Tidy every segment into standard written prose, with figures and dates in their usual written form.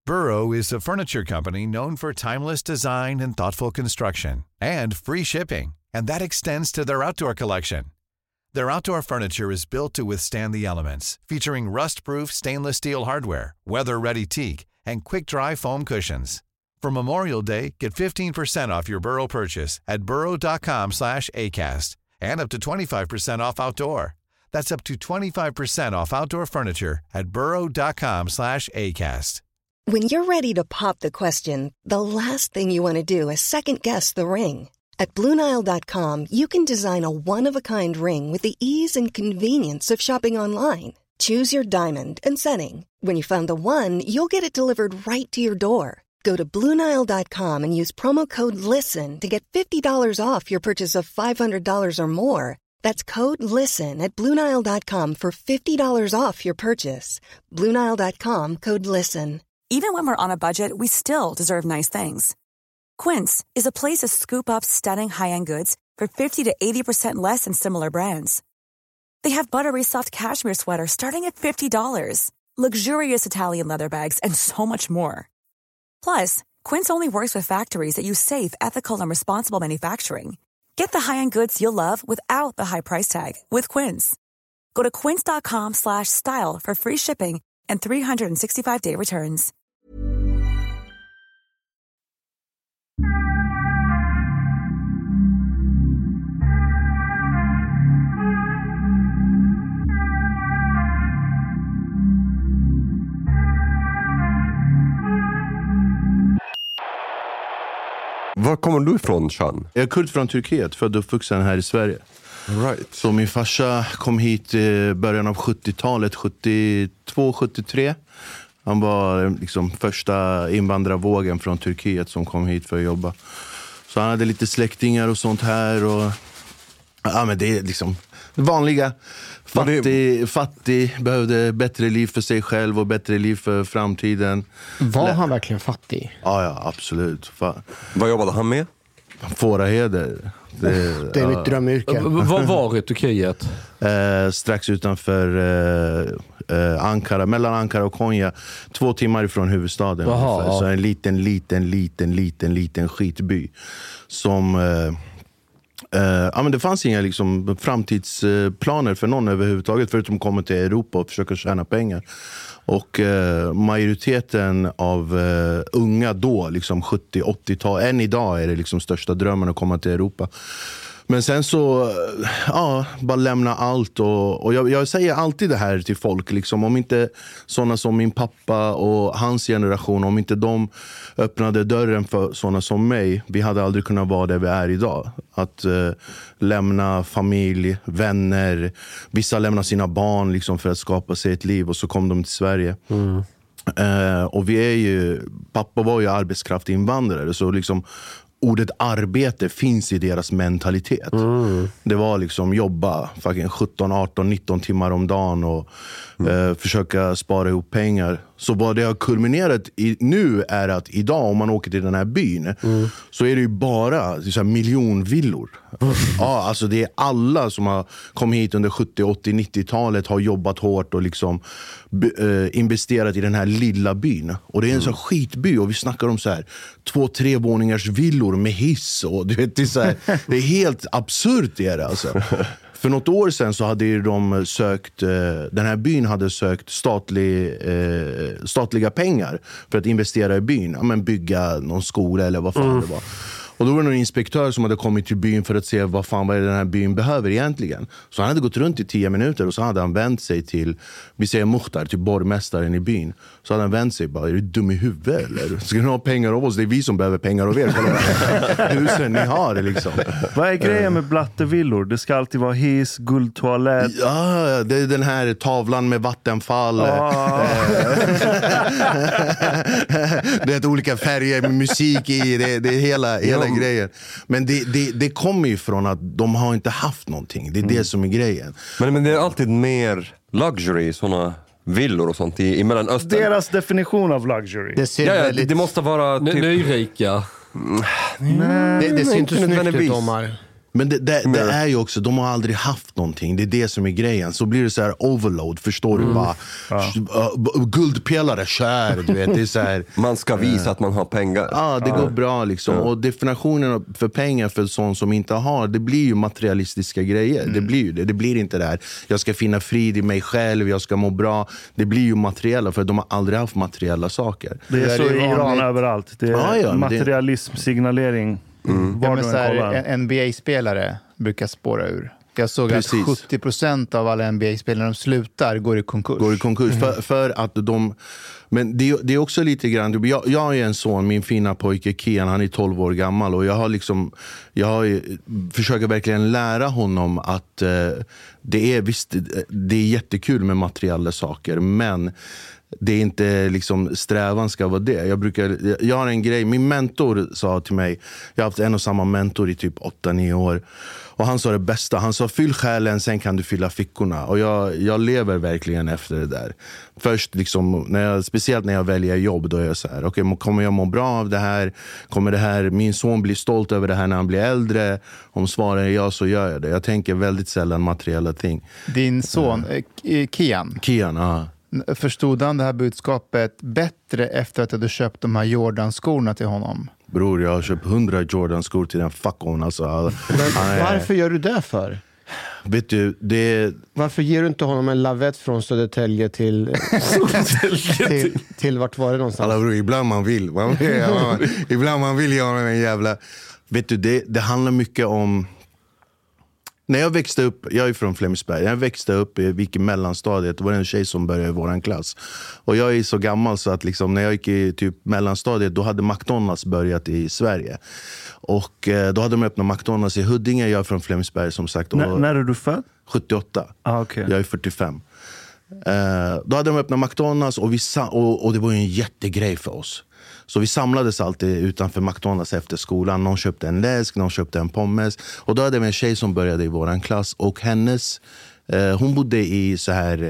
Burrow is a furniture company known for timeless design and thoughtful construction, and free shipping, and that extends to their outdoor collection. Their outdoor furniture is built to withstand the elements, featuring rust-proof stainless steel hardware, weather-ready teak, and quick-dry foam cushions. For Memorial Day, get 15% off your Burrow purchase at burrow.com/acast, and up to 25% off outdoor. That's up to 25% off outdoor furniture at burrow.com/acast. When you're ready to pop the question, the last thing you want to do is second-guess the ring. At BlueNile.com, you can design a one-of-a-kind ring with the ease and convenience of shopping online. Choose your diamond and setting. When you find the one, you'll get it delivered right to your door. Go to BlueNile.com and use promo code LISTEN to get $50 off your purchase of $500 or more. That's code LISTEN at BlueNile.com for $50 off your purchase. BlueNile.com, code LISTEN. Even when we're on a budget, we still deserve nice things. Quince is a place to scoop up stunning high-end goods for 50 to 80% less than similar brands. They have buttery soft cashmere sweaters starting at $50, luxurious Italian leather bags, and so much more. Plus, Quince only works with factories that use safe, ethical, and responsible manufacturing. Get the high-end goods you'll love without the high price tag with Quince. Go to quince.com/style for free shipping and 365-day returns. Var kommer du ifrån, Sean? Jag är kurd från Turkiet, född och uppvuxen här i Sverige. Right. Så min farsa kom hit i början av 70-talet, 72-73. Han var liksom första invandrarvågen från Turkiet som kom hit för att jobba. Så han hade lite släktingar och sånt här. Och ja, men det är liksom vanliga. Fattig, behövde bättre liv för sig själv och bättre liv för framtiden. Var han verkligen fattig? Ja, absolut. Vad jobbade han med? Fåraheder. Det är mitt drömyrke. Vad var i Turkiet? Strax utanför Ankara, mellan Ankara och Konya. 2 timmar ifrån huvudstaden. Så en liten skitby. Som... ja, men det fanns inga liksom framtidsplaner för någon överhuvudtaget, förutom att komma till Europa och försöka tjäna pengar. Och majoriteten av unga då, liksom 70-80-tal, än idag är det liksom största drömmen att komma till Europa. Men sen så, bara lämna allt. Och jag säger alltid det här till folk, liksom, om inte sådana som min pappa och hans generation, om inte de öppnade dörren för sådana som mig, vi hade aldrig kunnat vara där vi är idag. Att lämna familj, vänner, vissa lämnar sina barn liksom, för att skapa sig ett liv, och så kom de till Sverige. Och vi är ju, pappa var ju arbetskraftinvandrare, så liksom ordet arbete finns i deras mentalitet. Det var liksom jobba 17, 18, 19 timmar om dagen och försöka spara ihop pengar. Så vad det har kulminerat i nu är att idag, om man åker till den här byn, så är det ju bara så här, miljonvillor. Ja, alltså det är alla som har kommit hit under 70, 80, 90-talet har jobbat hårt och liksom investerat i den här lilla byn. Och det är en sån skitby, och vi snackar om så här 2-3 våningars villor med hiss, och du vet, det är så här, det är helt absurt det alltså. För något år sedan så hade ju de sökt, den här byn hade sökt statliga pengar för att investera i byn. Ja, men bygga någon skola eller vad fan det var. Och då var det någon inspektör som hade kommit till byn för att se vad är det den här byn behöver egentligen. Så han hade gått runt i 10 minuter och så hade han vänt sig till, vi säger Muhtar, till borgmästaren i byn. Så hade han vänt sig bara, är du dum i huvudet eller? Ska ni ha pengar av oss? Det är vi som behöver pengar av er. Husen ni har det liksom. Vad är grejen med blattevillor? Det ska alltid vara hiss, guldtoalett. Ja, det är den här tavlan med vattenfall. Det är olika färger med musik i. Det är hela grejen. Men det kommer ju från att de har inte haft någonting. Det är det som är grejen. Men det är alltid mer luxury, såna villor och sånt i Mellanöstern. Deras definition av luxury. Det måste vara typ... nyrika. Det ser inte snyggt ut, Omar. Men det är ju också, de har aldrig haft någonting. Det är det som är grejen. Så blir det så här overload, förstår du? Bara, guldpelare, kär, du vet. Det är så här, man ska visa att man har pengar. Ja, det går bra liksom. Och definitionen för pengar för sån som inte har, det blir ju materialistiska grejer. Det blir ju det. Det blir inte det här, jag ska finna frid i mig själv, jag ska må bra. Det blir ju materiella, för de har aldrig haft materiella saker. Det är så i Iran överallt. Det är materialism, signalering. Ja, så här, en NBA-spelare brukar spåra ur. Jag såg att 70% av alla NBA-spelare som slutar går i konkurs. För att de... Men det är också lite grann... Jag är en son, min fina pojke Kian, han är 12 år gammal. Och jag försöker verkligen lära honom att det är jättekul med materiella saker. Men det är inte liksom, strävan ska vara det. Jag har en grej, min mentor sa till mig, jag har haft en och samma mentor i typ 8-9 år. Och han sa det bästa, han sa fyll själen, sen kan du fylla fickorna. Och jag lever verkligen efter det där. Först liksom, speciellt när jag väljer jobb, då är jag så här, okej, kommer jag må bra av det här? Kommer min son bli stolt över det här när han blir äldre? Om svaret är ja, så gör jag det. Jag tänker väldigt sällan materiella ting. Din son, Kian, ja. Förstod han det här budskapet bättre efter att du hade köpt de här Jordan-skorna till honom? Bror, jag har köpt 100 Jordan-skor till den fuckon. Alltså, varför gör du det för? Vet du, varför ger du inte honom en lavett från Södertälje till vart var det någonstans? Alla bror, ibland man vill. Ibland man vill göra en jävla... Vet du, det handlar mycket om... När jag växte upp, jag är från Flemingsberg, jag växte upp i mellanstadiet, det var en tjej som började i våran klass. Och jag är så gammal så att liksom, när jag gick i typ mellanstadiet, då hade McDonalds börjat i Sverige. Och då hade de öppnat McDonalds i Huddinge, jag är från Flemingsberg som sagt. När är du född? 78, okay. Jag är 45. Då hade de öppnat McDonalds och det var ju en jättegrej för oss. Så vi samlades alltid utanför McDonalds efter skolan. Någon köpte en läsk, någon köpte en pommes. Och då hade vi en tjej som började i våran klass. Och hon bodde i så här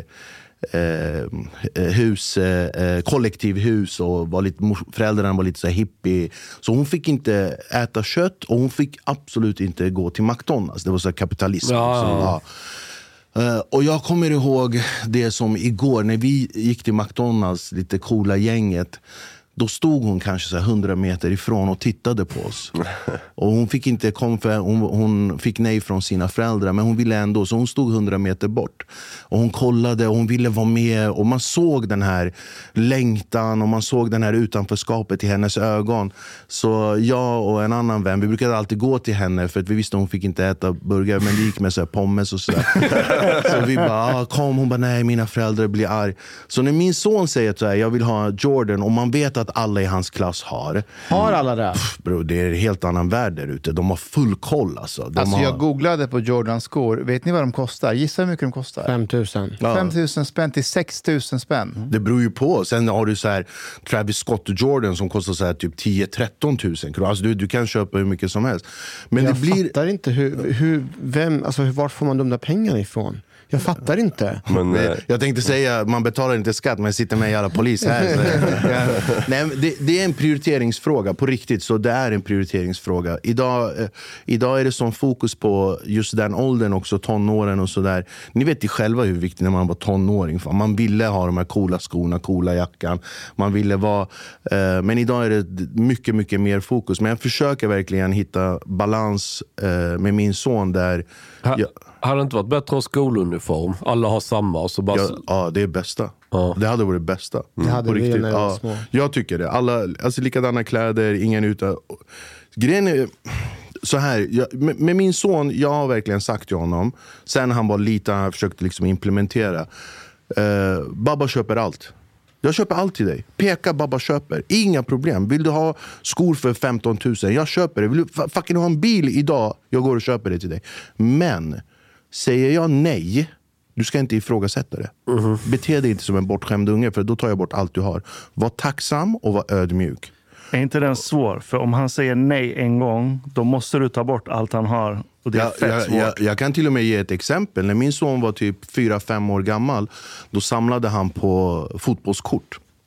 kollektivhus. Och föräldrarna var lite så här hippie. Så hon fick inte äta kött. Och hon fick absolut inte gå till McDonalds. Det var så här kapitalism. Ja. Och jag kommer ihåg det som igår. När vi gick till McDonalds, lite coola gänget. Då stod hon kanske så 100 meter ifrån och tittade på oss. Och hon fick inte komma, för hon fick nej från sina föräldrar. Men hon ville ändå, så hon stod 100 meter bort. Och hon kollade och hon ville vara med. Och man såg den här längtan och man såg den här utanförskapet i hennes ögon. Så jag och en annan vän, vi brukade alltid gå till henne för att vi visste att hon fick inte äta burgare. Men det gick med så här pommes och sådär. Så vi bara, kom. Hon bara, nej, mina föräldrar blir arg. Så när min son säger så här, jag vill ha Jordan, och man vet att alla i hans klass har alla det? Bro, det är en helt annan värld där ute. De har full koll alltså. Jag googlade på Jordan-skor. Vet ni vad de kostar? Gissa hur mycket de kostar? 5 000. 5 000 spänn till 6 000 spänn. Det beror ju på. Sen har du så här Travis Scott och Jordan som kostar så här typ 10-13 000 kronor. Alltså du kan köpa hur mycket som helst. Men jag fattar inte var får man de där pengarna ifrån? Jag fattar inte. Men, jag tänkte säga, man betalar inte skatt, men sitter med jävla polis här. Nej, det är en prioriteringsfråga, på riktigt. Så det är en prioriteringsfråga. Idag är det som fokus på just den åldern också, tonåren och sådär. Ni vet ju själva hur viktigt när man var tonåring. Man ville ha de här coola skorna, coola jackan. Man ville vara... men idag är det mycket, mycket mer fokus. Men jag försöker verkligen hitta balans med min son där... Hade det inte varit bättre att ha skoluniform? Alla har samma och så bara... Ja, det är bästa. Ja. Det hade varit bästa. Det hade vi när jag var små. Jag tycker det. Alla, alltså likadana kläder, ingen utan... Grejen är så här, med min son, jag har verkligen sagt till honom, sen han var liten, han försökte liksom implementera. Babba köper allt. Jag köper allt till dig. Peka, babba köper. Inga problem. Vill du ha skor för 15 000? Jag köper det. Vill du fucking ha en bil idag? Jag går och köper det till dig. Men säger jag nej, du ska inte ifrågasätta det. Bete dig inte som en bortskämd unge, för då tar jag bort allt du har. Var tacksam och var ödmjuk. Är inte den svår? För om han säger nej en gång, då måste du ta bort allt han har. Och det är fett svårt. Jag kan till och med ge ett exempel. När min son var typ 4-5 år gammal, då samlade han på fotbollskort.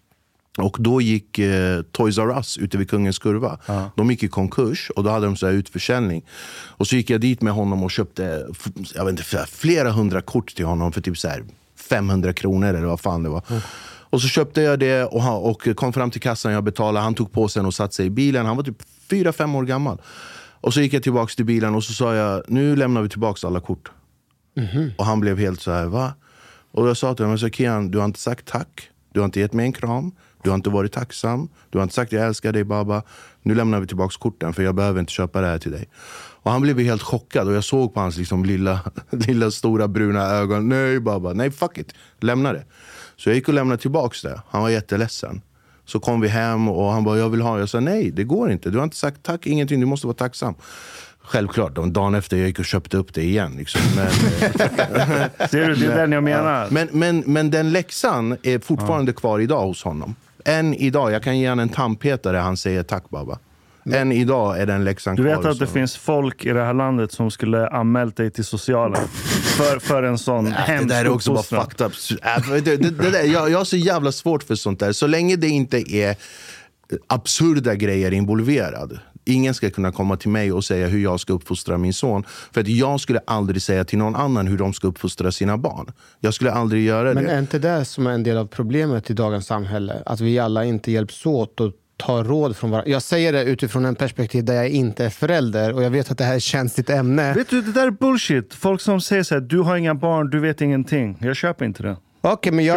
Och då gick Toys R Us ute vid Kungens Kurva. De gick i konkurs och då hade de så här utförsäljning. Och så gick jag dit med honom och köpte flera hundra kort till honom för typ så här 500 kronor eller vad fan det var. Och så köpte jag det och kom fram till kassan, jag betalade. Han tog på sig och satte sig i bilen. Han var typ 4-5 år gammal. Och så gick jag tillbaka till bilen och så sa jag, nu lämnar vi tillbaka alla kort. Och han blev helt så här, va? Och jag sa till honom, Kian, du har inte sagt tack. Du har inte gett mig en kram. Du har inte varit tacksam. Du har inte sagt jag älskar dig, baba. Nu lämnar vi tillbaka korten för jag behöver inte köpa det här till dig. Och han blev helt chockad och jag såg på hans liksom lilla stora bruna ögon. Nej, baba. Nej, fuck it. Lämna det. Så jag gick och lämnade tillbaka det. Han var jätteledsen. Så kom vi hem och han bara, jag vill ha. Jag sa, nej, det går inte. Du har inte sagt tack, ingenting. Du måste vara tacksam. Självklart, dagen efter jag gick och köpte upp det igen. Liksom. Men, ser du, det är den jag menar. Men den läxan är fortfarande kvar idag hos honom. Än idag, jag kan ge han en tandpetare, han säger tack, baba. Än idag är den läxan kvar. Du vet att det finns folk i det här landet som skulle anmält dig till socialen för en sån hemsk det där är också bara fucked up. Jag har så jävla svårt för sånt där. Så länge det inte är absurda grejer involverade. Ingen ska kunna komma till mig och säga hur jag ska uppfostra min son. För att jag skulle aldrig säga till någon annan hur de ska uppfostra sina barn. Jag skulle aldrig göra det. Men är inte det som är en del av problemet i dagens samhälle? Att vi alla inte hjälps åt och tar råd från varandra. Jag säger det utifrån en perspektiv där jag inte är förälder. Och jag vet att det här är ett känsligt ämne. Vet du, det där är bullshit. Folk som säger så här, du har inga barn, du vet ingenting. Jag köper inte det. Okej, men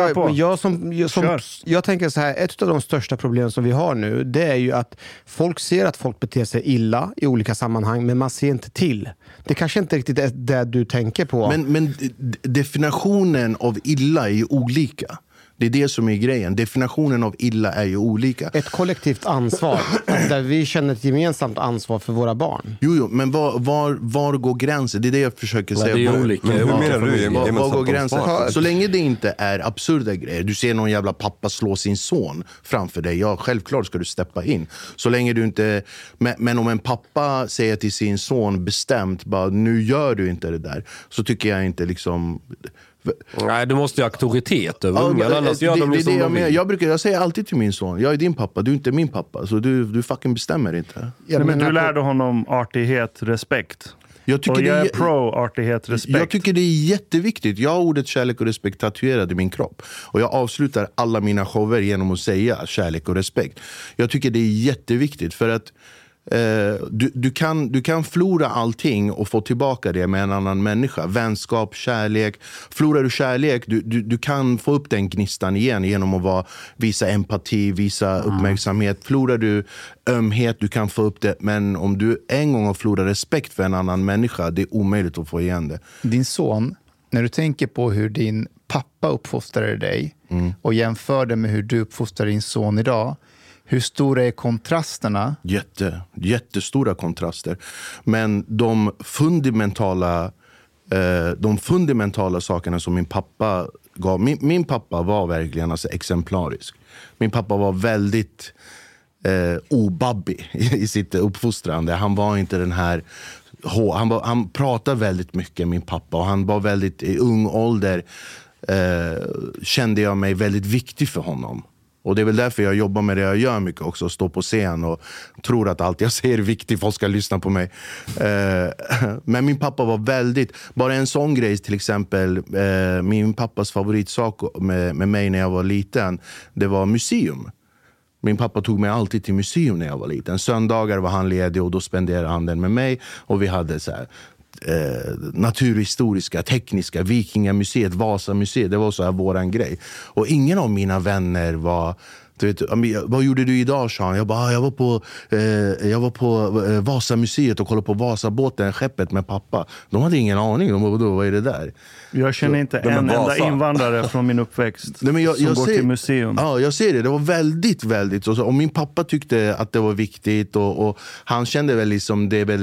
jag tänker så här, ett av de största problemen som vi har nu, det är ju att folk ser att folk beter sig illa i olika sammanhang, men man ser inte till. Det kanske inte riktigt är det du tänker på. Men definitionen av illa är ju olika. Det är det som är grejen. Definitionen av illa är ju olika. Ett kollektivt ansvar. Där vi känner ett gemensamt ansvar för våra barn. Jo, men var går gränsen? Det är det jag försöker säga. Det är olika. Hur menar du? Var går gränsen? Så länge det inte är absurda grejer. Du ser någon jävla pappa slå sin son framför dig. Ja, självklart ska du steppa in. Så länge du inte... Men om en pappa säger till sin son bestämt, bara, nu gör du inte det där. Så tycker jag inte liksom... Nej, du måste ju ha auktoritet över ungarna, annars gör de liksom jag säger alltid till min son, jag är din pappa, du är inte min pappa, så du fucking bestämmer inte. Men du lärde honom artighet, respekt. Jag är pro-artighet, respekt. Jag tycker det är jätteviktigt. Jag har ordet kärlek och respekt tatuerad i min kropp. Och jag avslutar alla mina shower genom att säga kärlek och respekt. Jag tycker det är jätteviktigt för att du kan förlora allting och få tillbaka det med en annan människa. Vänskap, kärlek. Förlorar du kärlek, du kan få upp den gnistan igen genom att visa empati, visa uppmärksamhet. Förlorar du ömhet, du kan få upp det. Men om du en gång har förlorat respekt för en annan människa, det är omöjligt att få igen det. Din son, när du tänker på hur din pappa uppfostrade dig och jämför det med hur du uppfostrar din son idag, hur stora är kontrasterna? Jättestora kontraster. Men de fundamentala sakerna som min pappa gav. Min pappa var verkligen alltså exemplarisk. Min pappa var väldigt obabbig i sitt uppfostrande. Han var inte den här... Han pratade väldigt mycket, min pappa. Och han var väldigt i ung ålder. Kände jag mig väldigt viktig för honom. Och det är väl därför jag jobbar med det jag gör mycket också. Stå på scen och tror att allt jag säger är viktigt. Folk ska lyssna på mig. Men min pappa var väldigt... Bara en sån grej till exempel. Min pappas favoritsak med mig när jag var liten. Det var museum. Min pappa tog mig alltid till museum när jag var liten. Söndagar var han ledig och då spenderade han den med mig. Och vi hade så här... naturhistoriska, tekniska, Vikingamuseet, Vasamuseet, det var så här våran grej. Och ingen av mina vänner var, du vet, vad gjorde du idag, Sean? Jag var på Vasamuseet och kollade på Vasabåten, skeppet med pappa. De hade ingen aning, de bara, vad är det där? Jag känner inte en enda invandrare från min uppväxt som går till museum. Ja, jag ser det. Det var väldigt, väldigt. Och min pappa tyckte att det var viktigt och han kände väl liksom, det är väl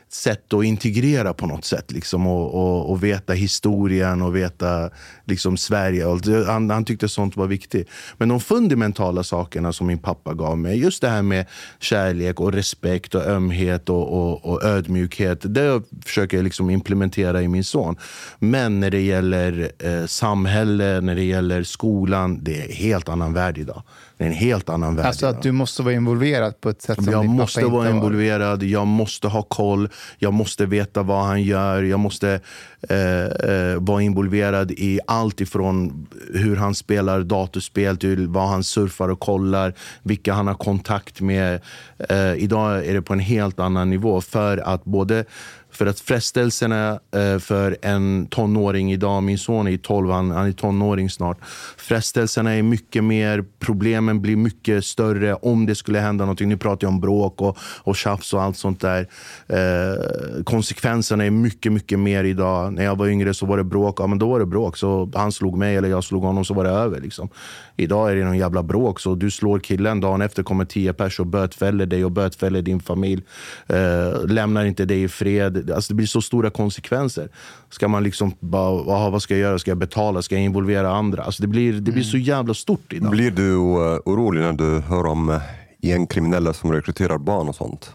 sätt att integrera på något sätt liksom, och veta historien och veta liksom Sverige. Han tyckte sånt var viktigt. Men de fundamentala sakerna som min pappa gav mig, just det här med kärlek och respekt och ömhet och ödmjukhet, det försöker jag liksom implementera i min son. Men när det gäller samhälle, när det gäller skolan, det är en helt annan värld idag. Det är en helt annan värld. Alltså att du måste vara involverad på ett sätt som jag din måste pappa vara inte involverad, jag måste ha koll, jag måste veta vad han gör, jag måste vara involverad i allt ifrån hur han spelar datorspel till vad han surfar och kollar, vilka han har kontakt med. Idag är det på en helt annan nivå för att frestelserna för en tonåring idag, min son är 12, han är tonåring snart. Frestelserna är mycket mer, problemen blir mycket större om det skulle hända någonting. Nu pratar jag om bråk och tjafs och allt sånt där. Konsekvenserna är mycket, mycket mer idag. När jag var yngre så var det bråk, ja men då var det bråk. Så han slog mig eller jag slog honom så var det över liksom. Idag är det någon jävla bråk, så du slår killen, dagen efter kommer 10 pers och bötfäller dig och bötfäller din familj. Lämnar inte dig i fred. Alltså det blir så stora konsekvenser. Ska man liksom bara, vad ska jag göra? Ska jag betala? Ska jag involvera andra? Alltså det blir så jävla stort idag. Blir du orolig när du hör om gängkriminella som rekryterar barn och sånt?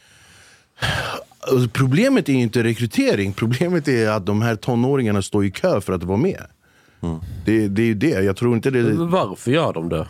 Alltså, problemet är inte rekrytering. Problemet är att de här tonåringarna står i kö för att vara med. Det är ju det. Jag tror inte det. Varför gör de det?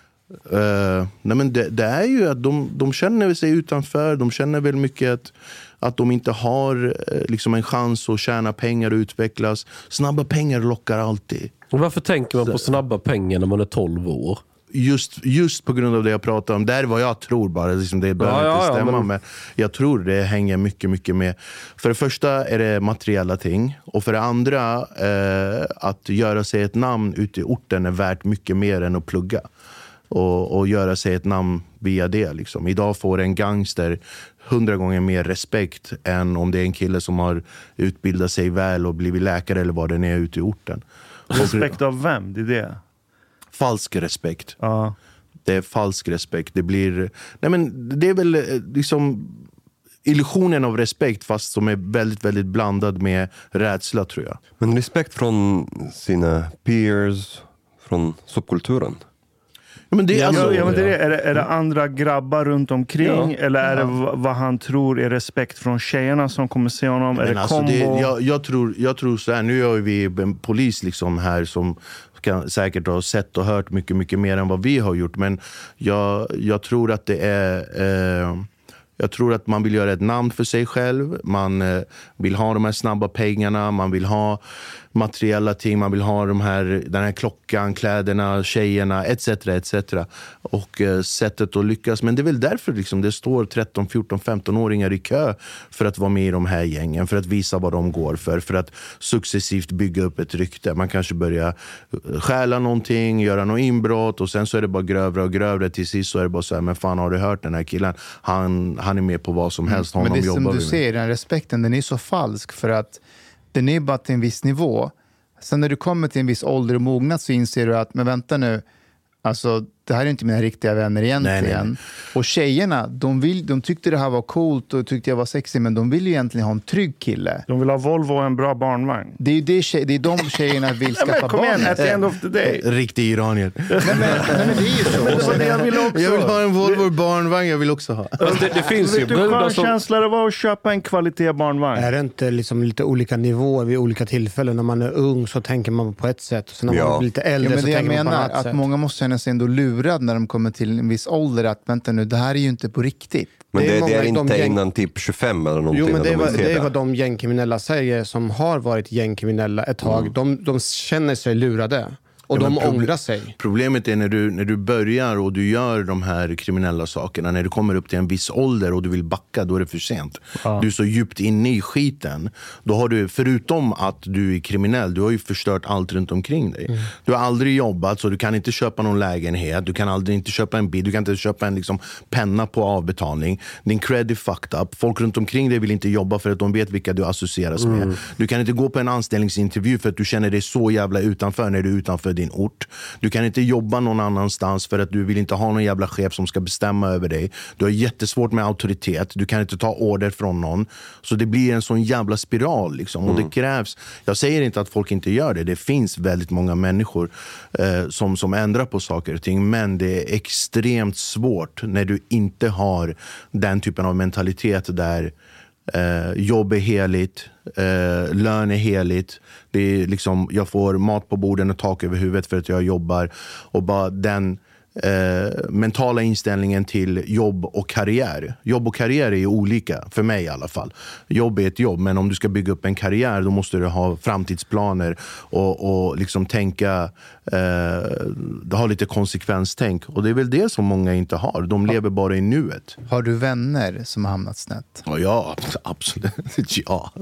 Nej men det är ju att de känner sig utanför. De känner väl mycket att de inte har liksom en chans att tjäna pengar och utvecklas. Snabba pengar lockar alltid. Och varför tänker man på snabba pengar när man är 12 år? Just på grund av det jag pratar om. Där vad jag tror bara. Liksom det behöver inte stämma. Men jag tror det hänger mycket, mycket med. För det första är det materiella ting. Och för det andra att göra sig ett namn ute i orten är värt mycket mer än att plugga. Och göra sig ett namn via det. Liksom. Idag får en gangster 100 gånger mer respekt än om det är en kille som har utbildat sig väl och blivit läkare eller vad den är ute i orten. Respekt av vem? Det är det? Falsk respekt. Det är falsk respekt. Det är väl liksom illusionen av respekt fast som är väldigt, väldigt blandad med rädsla tror jag. Men respekt från sina peers, från subkulturen? Men det är är det andra grabbar runt omkring eller är det vad han tror är respekt från tjejerna som kommer se honom? Är det kombo? Jag tror så här, nu är vi en polis liksom här som kan säkert ha sett och hört mycket, mycket mer än vad vi har gjort, men jag tror att det är jag tror att man vill göra ett namn för sig själv. Man vill ha de här snabba pengarna. Man vill ha materiella ting. Man vill ha den här klockan, kläderna, tjejerna, etc. Och sättet att lyckas. Men det är väl därför liksom, det står 13, 14, 15-åringar i kö för att vara med i de här gängen. För att visa vad de går för att successivt bygga upp ett rykte. Man kanske börjar stjäla någonting, göra något inbrott och sen så är det bara grövre och grövre. Till sist så är det bara så här, men fan har du hört den här killen? Han är med på vad som helst. Men det som du ser, den respekten, den är så falsk för att den är bara till en viss nivå. Sen när du kommer till en viss ålder och mognat så inser du att, men vänta nu, alltså det här är inte mina riktiga vänner egentligen. Nej. Och tjejerna, de tyckte det här var coolt och tyckte jag var sexy, men de vill ju egentligen ha en trygg kille. De vill ha Volvo och en bra barnvagn. Det är ju de tjejerna vill skaffa barn. At the end of the day. Riktig iranier. Nej, men det är ju så. Men jag vill ha en Volvo barnvagn, jag vill också ha. Alltså, det finns ju brudar som... känsla det var att köpa en kvalitet barnvagn. Är det inte liksom lite olika nivåer vid olika tillfällen? När man är ung så tänker man på ett sätt. Och sen när man blir lite äldre så tänker man på ett annat sätt. Att många måste känna sig ändå lurad när de kommer till en viss ålder att vänta nu, det här är ju inte på riktigt. Men det är inte innan typ 25 eller någonting. Jo, men det är vad de gängkriminella säger som har varit gängkriminella ett tag. De känner sig lurade. Och de ångrar sig. Problemet är när du börjar och du gör de här kriminella sakerna. När du kommer upp till en viss ålder och du vill backa, då är det för sent. Du är så djupt inne i skiten. Då har du, förutom att du är kriminell, du har ju förstört allt runt omkring dig. Du har aldrig jobbat, så du kan inte köpa någon lägenhet. Du kan aldrig inte köpa en bil. Du kan inte köpa en liksom, penna på avbetalning. Din cred är fucked up. Folk runt omkring dig vill inte jobba för att de vet vilka du associeras med. Du kan inte gå på en anställningsintervju för att du känner dig så jävla utanför när du är utanför din ort. Du kan inte jobba någon annanstans för att du vill inte ha någon jävla chef som ska bestämma över dig. Du har jättesvårt med auktoritet. Du kan inte ta order från någon. Så det blir en sån jävla spiral liksom. Och det krävs, jag säger inte att folk inte gör det. Det finns väldigt många människor som ändrar på saker och ting. Men det är extremt svårt när du inte har den typen av mentalitet där jobb är heligt, lön är heligt. Det är liksom, jag får mat på borden och tak över huvudet för att jag jobbar. Och bara den mentala inställningen till jobb och karriär. Jobb och karriär är ju olika, för mig i alla fall. Jobb är ett jobb, men om du ska bygga upp en karriär då måste du ha framtidsplaner och liksom tänka, ha lite konsekvenstänk. Och det är väl det som många inte har. De lever bara i nuet. Har du vänner som har hamnat snett? Ja, absolut. Ja.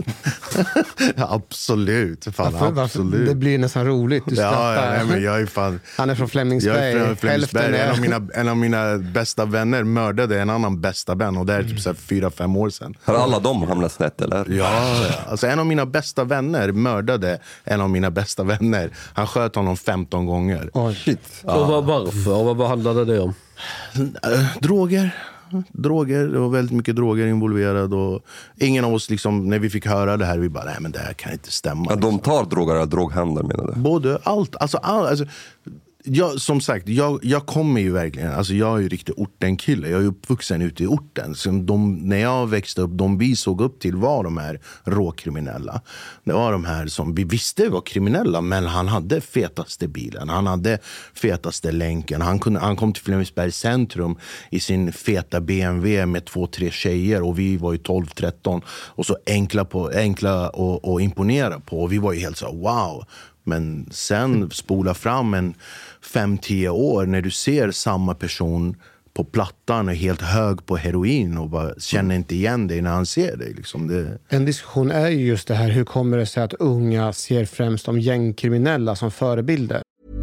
Absolut. Fan, absolut. Det blir nästan roligt. Du ja, men jag är fan... Han är från Flemingsberg. En av mina bästa vänner mördade en annan bästa vän, och det är typ 4-5 år sedan. Har alla de hamnat snett eller? Ja. Alltså en av mina bästa vänner mördade en av mina bästa vänner. Han sköt honom 15 gånger. Oh, shit. Ja. Och varför? Vad handlade det om? Droger, det var väldigt mycket droger involverad, och ingen av oss liksom, när vi fick höra det här, vi bara, nej men det här kan inte stämma. Ja, de tar droger eller droghandel, menar du? Både allt, alltså som sagt, jag kommer ju verkligen, alltså jag är ju riktigt ortenkille. Jag är uppvuxen ute i orten. Så när jag växte upp, vi såg upp till var de här råkriminella. Det var de här som vi visste var kriminella, men han hade fetaste bilen. Han hade fetaste länken. Han kom till Flemingsbergs centrum i sin feta BMW med 2-3 tjejer, och vi var ju 12-13 och så enkla och imponera på. Och vi var ju helt så wow. Men sen spola fram en 5-10 år när du ser samma person på plattan och helt hög på heroin och bara känner inte igen dig när han ser dig. Liksom En diskussion är ju just det här, hur kommer det sig att unga ser främst de gängkriminella som förebilder?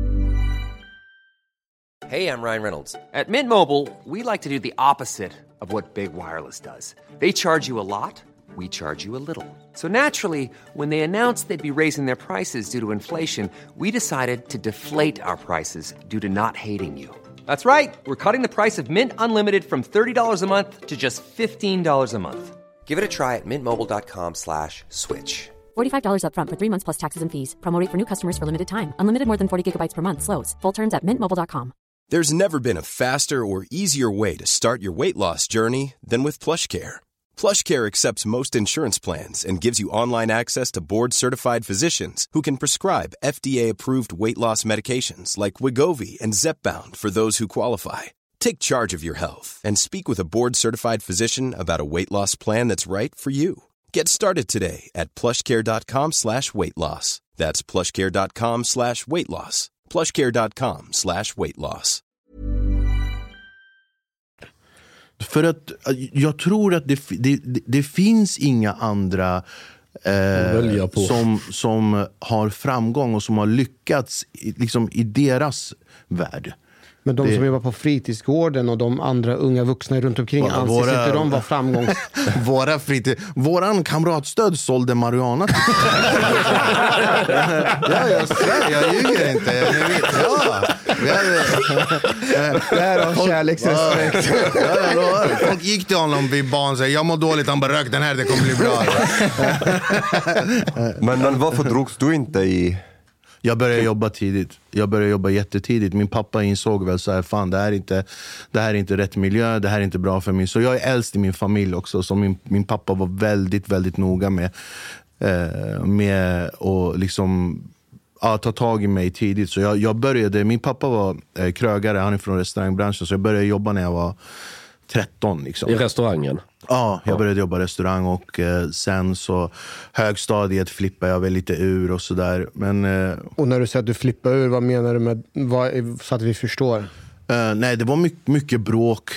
Hey, I'm Ryan Reynolds. At Mint Mobile, we like to do the opposite of what Big Wireless does. They charge you a lot. We charge you a little. So naturally, when they announced they'd be raising their prices due to inflation, we decided to deflate our prices due to not hating you. That's right. We're cutting the price of Mint Unlimited from $30 a month to just $15 a month. Give it a try at mintmobile.com/switch. $45 up front for 3 months plus taxes and fees. Promo rate for new customers for limited time. Unlimited more than 40 gigabytes per month. Slows full terms at mintmobile.com. There's never been a faster or easier way to start your weight loss journey than with PlushCare. PlushCare accepts most insurance plans and gives you online access to board-certified physicians who can prescribe FDA-approved weight loss medications like Wegovy and Zepbound for those who qualify. Take charge of your health and speak with a board-certified physician about a weight loss plan that's right for you. Get started today at plushcare.com/weightloss. That's plushcare.com/weightloss. plushcare.com/weightloss. För att jag tror att det finns inga andra som har framgång och som har lyckats liksom i deras värld. Men de som jobbar på fritidsgården och de andra unga vuxna runt omkring, anses inte de vara framgångs... Våran kamratstöd sålde marijuana. Ja, jag ljuger inte. Därav kärleksrespekt. Folk gick till honom vid barn och sa, jag mår dåligt, han bara rök den här, det kommer bli bra. Men varför drogs du inte i... Jag började jobba tidigt. Jag började jobba jättetidigt. Min pappa insåg väl så här, fan det här är inte rätt miljö, det här är inte bra för mig. Så jag är äldst i min familj också. Så min pappa var väldigt, väldigt noga med att liksom ta tag i mig tidigt. Så jag började, min pappa var krögare, han är från restaurangbranschen. Så jag började jobba när jag var 13 liksom. I restaurangen? Ja, jag började jobba i restaurang och sen så högstadiet flippade jag väl lite ur och sådär. Och när du säger att du flippar ur, vad menar du med, så att vi förstår? Nej, det var mycket bråk.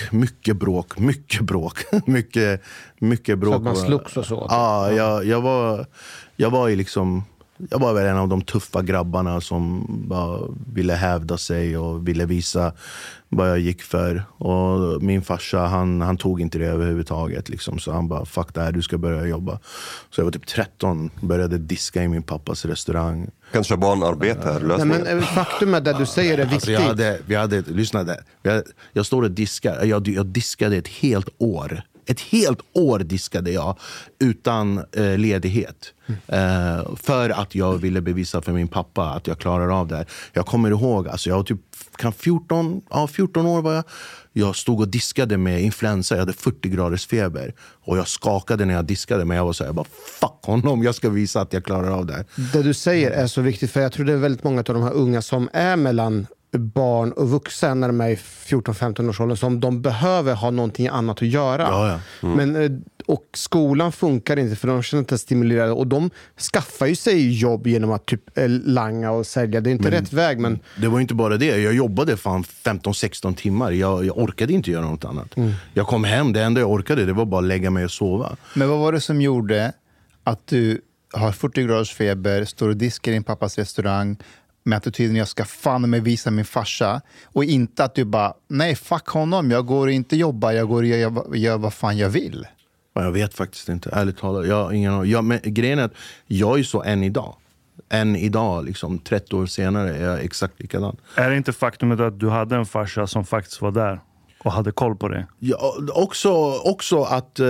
mycket bråk. Så att man slogs och så? Ja, jag var i liksom... Jag var väl en av de tuffa grabbarna som bara ville hävda sig och ville visa vad jag gick för. Och min farsa, han tog inte det överhuvudtaget. Liksom. Så han bara, fuck det här, du ska börja jobba. Så jag var typ 13, började diska i min pappas restaurang. Kanske barnarbete här, men faktum är det du säger är viktigt. Alltså lyssna där. Jag står och diskar. Jag diskade ett helt år. Ett helt år diskade jag utan ledighet. För att jag ville bevisa för min pappa att jag klarar av det här. Jag kommer ihåg, alltså jag var typ 14 år var jag. Jag stod och diskade med influensa. Jag hade 40 graders feber. Och jag skakade när jag diskade. Men jag var så här, fuck honom, jag ska visa att jag klarar av det här. Det du säger är så viktigt. För jag tror det är väldigt många av de här unga som är mellan barn och vuxna när de är i 14-15 års åldern som de behöver ha någonting annat att göra. Ja. Men, och skolan funkar inte för de känner inte stimulerade och de skaffar ju sig jobb genom att typ langa och sälja. Det är inte rätt väg. Men det var inte bara det. Jag jobbade fan 15-16 timmar. Jag orkade inte göra något annat. Jag kom hem, det enda jag orkade det var bara lägga mig och sova. Men vad var det som gjorde att du har 40 graders feber, står och diskar i din pappas restaurang med attityden jag ska fan med visa min farsa och inte att du bara, nej fuck honom, jag går inte jobba, jag går och gör vad fan jag vill. Jag vet faktiskt inte, ärligt talat. Men grejen är att jag är så än idag liksom 30 år senare är jag exakt likadan. Är det inte faktumet att du hade en farsa som faktiskt var där och hade koll på det? Ja, också att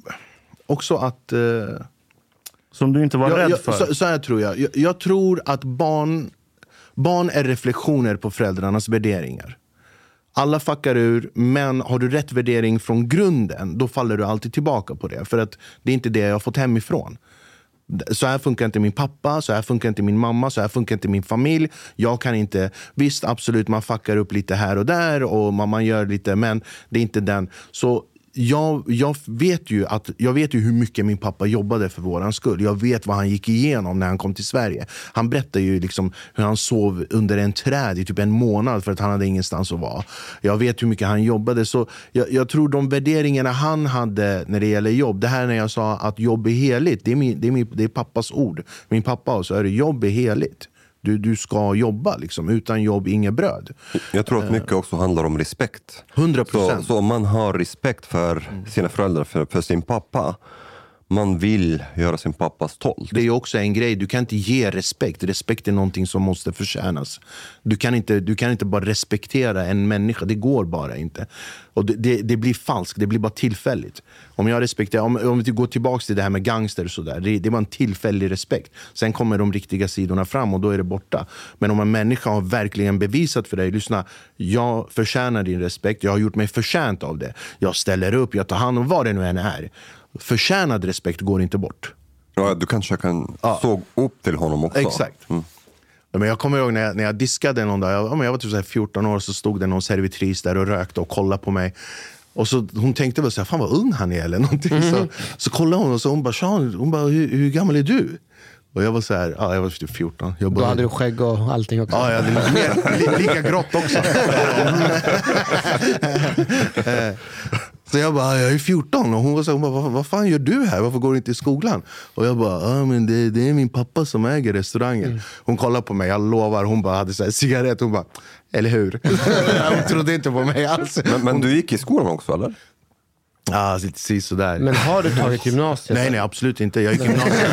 som du inte var rädd för? Så här tror jag. Jag tror att barn är reflektioner på föräldrarnas värderingar. Alla fuckar ur, men har du rätt värdering från grunden, då faller du alltid tillbaka på det. För att det är inte det jag har fått hemifrån. Så här funkar inte min pappa, så här funkar inte min mamma, så här funkar inte min familj. Jag kan inte, visst absolut man fuckar upp lite här och där och man gör lite, men det är inte den. Så jag vet ju hur mycket min pappa jobbade för våran skull. Jag vet vad han gick igenom när han kom till Sverige. Han berättade ju liksom hur han sov under en träd i typ en månad för att han hade ingenstans att vara. Jag vet hur mycket han jobbade. Så jag tror de värderingarna han hade när det gäller jobb. Det här när jag sa att jobb är heligt. Det är pappas ord. Min pappa så är det jobb är heligt. Du ska jobba liksom. Utan jobb, inget bröd. Jag tror att mycket också handlar om respekt. 100%. Så om man har respekt för sina föräldrar, för sin pappa, man vill göra sin pappas tolk. Det är också en grej, du kan inte ge respekt. Respekt är någonting som måste förtjänas. Du kan inte bara respektera en människa, det går bara inte. Och det blir falskt, det blir bara tillfälligt. Om jag respekterar, om vi går tillbaka till det här med gangster och sådär, det var en tillfällig respekt. Sen kommer de riktiga sidorna fram och då är det borta. Men om en människa har verkligen bevisat för dig, lyssna, jag förtjänar din respekt, jag har gjort mig förtjänt av det. Jag ställer upp, jag tar hand om vad det nu än är. Förtjänad respekt går inte bort. Ja, du kanske kan såg upp till honom också. Exakt. Men jag kommer ihåg när jag diskade någon dag. Jag var typ så här 14 år, så stod det någon servitris där och rökte och kollade på mig. Och så hon tänkte väl så här, fan vad ung han är eller någonting. Så kollade hon och så hon bara, Sean, hur gammal är du? Och jag var så här, jag var typ 14. Då hade du skägg och allting också. Ja, jag hade lika grått också. Så jag bara, jag är 14. Och hon var så här, vad fan gör du här? Varför går du inte i skolan? Och jag bara, men det är min pappa som äger restaurangen. Hon kollade på mig, jag lovar. Hon bara hade så här cigarett. Hon bara, eller hur? Hon trodde inte på mig alls. Men du gick i skolan också, eller? Ja, lite sådär. Men har du tagit gymnasiet? Nej, absolut inte. Jag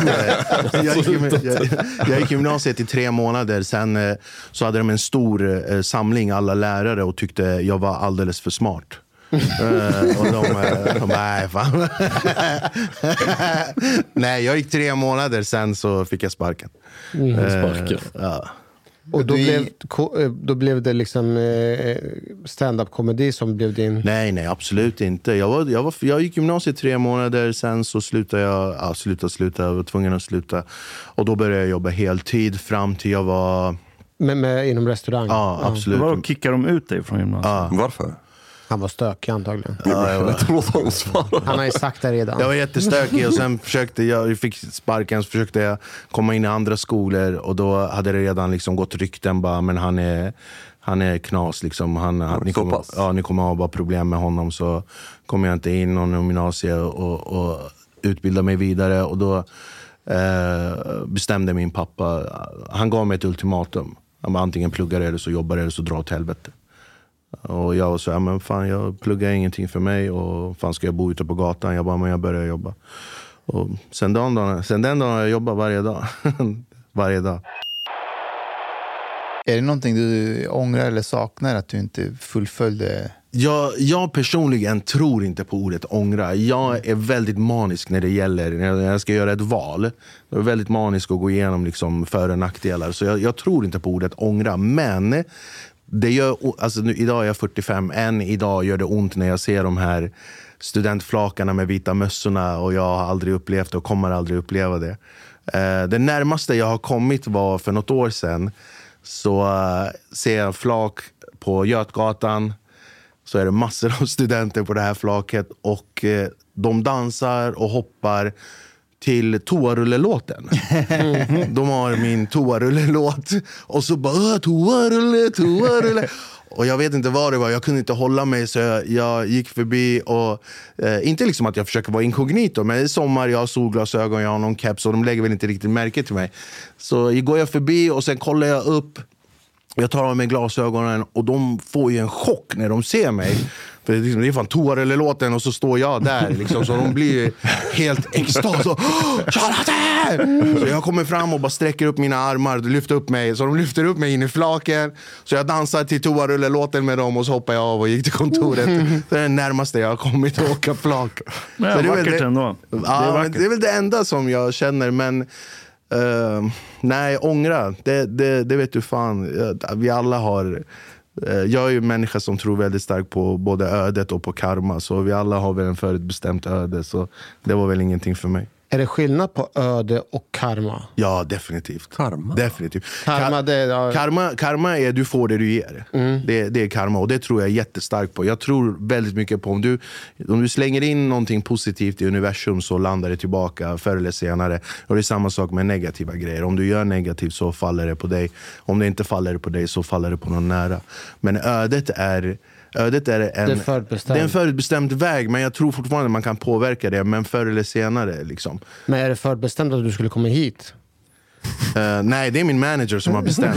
gick gymnasiet i 3 månader. Sen så hade de en stor samling, alla lärare, och tyckte jag var alldeles för smart. Och de nej fan. Nej, jag gick 3 månader, sen så fick jag sparken. Ja. Och då blev det liksom stand-up komedi som blev din... Nej, absolut inte. Jag gick gymnasiet 3 månader, sen så slutade jag. Jag var tvungen att sluta. Och då började jag jobba heltid fram till jag var... Inom restaurang? Ja, absolut. Då kickar de ut dig från gymnasiet? Ja. Varför? Han var stökig antagligen. Han har ju sagt det redan. Jag var jättestökig och sen jag fick sparken, så försökte jag komma in i andra skolor, och då hade det redan liksom gått rykten bara, men han är knas liksom. Ni kommer ha bara problem med honom, så kommer jag inte in någon gymnasie och utbilda mig vidare, och då bestämde min pappa. Han gav mig ett ultimatum. Han bara, antingen pluggar eller så jobbar eller så drar åt helvete. Och jag sa, men fan, jag pluggar ingenting för mig. Och fan, ska jag bo ute på gatan? Jag bara, men jag börjar jobba. Och sen den dagen har jag jobbat varje dag. Varje dag. Är det någonting du ångrar eller saknar att du inte fullföljde? Jag personligen tror inte på ordet ångra. Jag är väldigt manisk när det gäller, när jag ska göra ett val. Jag är väldigt manisk att gå igenom liksom för- och nackdelar. Så jag tror inte på ordet ångra. Men det gör, alltså nu, idag är jag 45. Än idag gör det ont när jag ser de här studentflakarna med vita mössorna. Och jag har aldrig upplevt det och kommer aldrig uppleva det. Det närmaste jag har kommit var för något år sedan. Så ser jag flak på Götgatan. Så är det massor av studenter på det här flaket. Och de dansar och hoppar till toarullelåten. De har min toarullelåt. Och så bara, toarulle. Och jag vet inte vad det var. Jag kunde inte hålla mig, så jag gick förbi. Och inte liksom att jag försöker vara inkognito, men i sommar, jag har solglasögon, jag har någon keps. Och de lägger väl inte riktigt märke till mig. Så går jag förbi och sen kollar jag upp. Jag tar av mig glasögonen och de får ju en chock när de ser mig. För det är fan toarullelåten och så står jag där. Liksom, så de blir helt extas. Så jag kommer fram och bara sträcker upp mina armar och lyfter upp mig. Så de lyfter upp mig in i flaken. Så jag dansar till toarullelåten med dem och så hoppar jag av och gick till kontoret. Det är det närmaste jag har kommit att åka flak. Men så det är vackert ändå. Ja, det är väl det enda som jag känner, men... nej, ångra det vet du fan. Vi alla har jag är ju en människa som tror väldigt starkt på både ödet och på karma. Så vi alla har väl en förutbestämt öde. Så det var väl ingenting för mig. Är det skillnad på öde och karma? Ja, definitivt. Definitivt. Karma är du får det du ger. Det är karma, och det tror jag jättestarkt på. Jag tror väldigt mycket på om du slänger in någonting positivt i universum, så landar det tillbaka förr eller senare. Och det är samma sak med negativa grejer. Om du gör negativt så faller det på dig. Om det inte faller på dig så faller det på någon nära. Men ödet är en förutbestämd väg, men jag tror fortfarande att man kan påverka det, men förr eller senare liksom. Men är det förutbestämt att du skulle komma hit? Nej, det är min manager som har bestämt.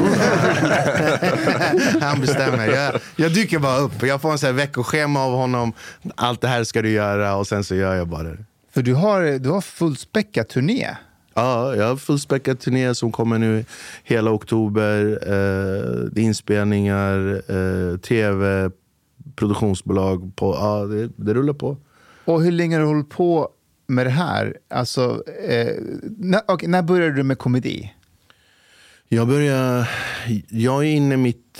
Han bestämmer. Jag dyker bara upp. Jag får en sån här veckoschema av honom. Allt det här ska du göra, och sen så gör jag bara det. För du har fullspäckat turné. Ja, jag har fullspäckat turné som kommer nu hela oktober. Inspelningar, tv, produktionsbolag på, det rullar på. Och hur länge har du hållit på med det här? Alltså, när började du med komedi? Jag är inne i mitt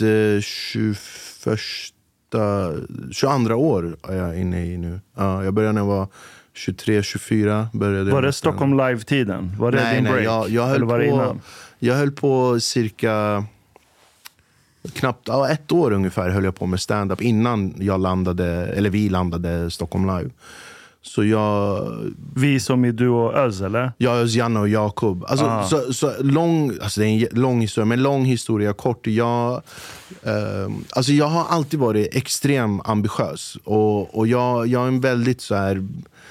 22 år är jag inne i nu. Ja, jag började när jag var 23-24. Var det Stockholm Live-tiden? Var det din break? Jag höll på cirka knappt 1 år ungefär höll jag på med stand-up innan vi landade Stockholm Live. Så vi som i du och Öz, eller? Ja, Öz, Janne och Jakob. Alltså, det är en lång historia, men lång historia kort. Jag har alltid varit extremt ambitiös. Och jag är en väldigt så här...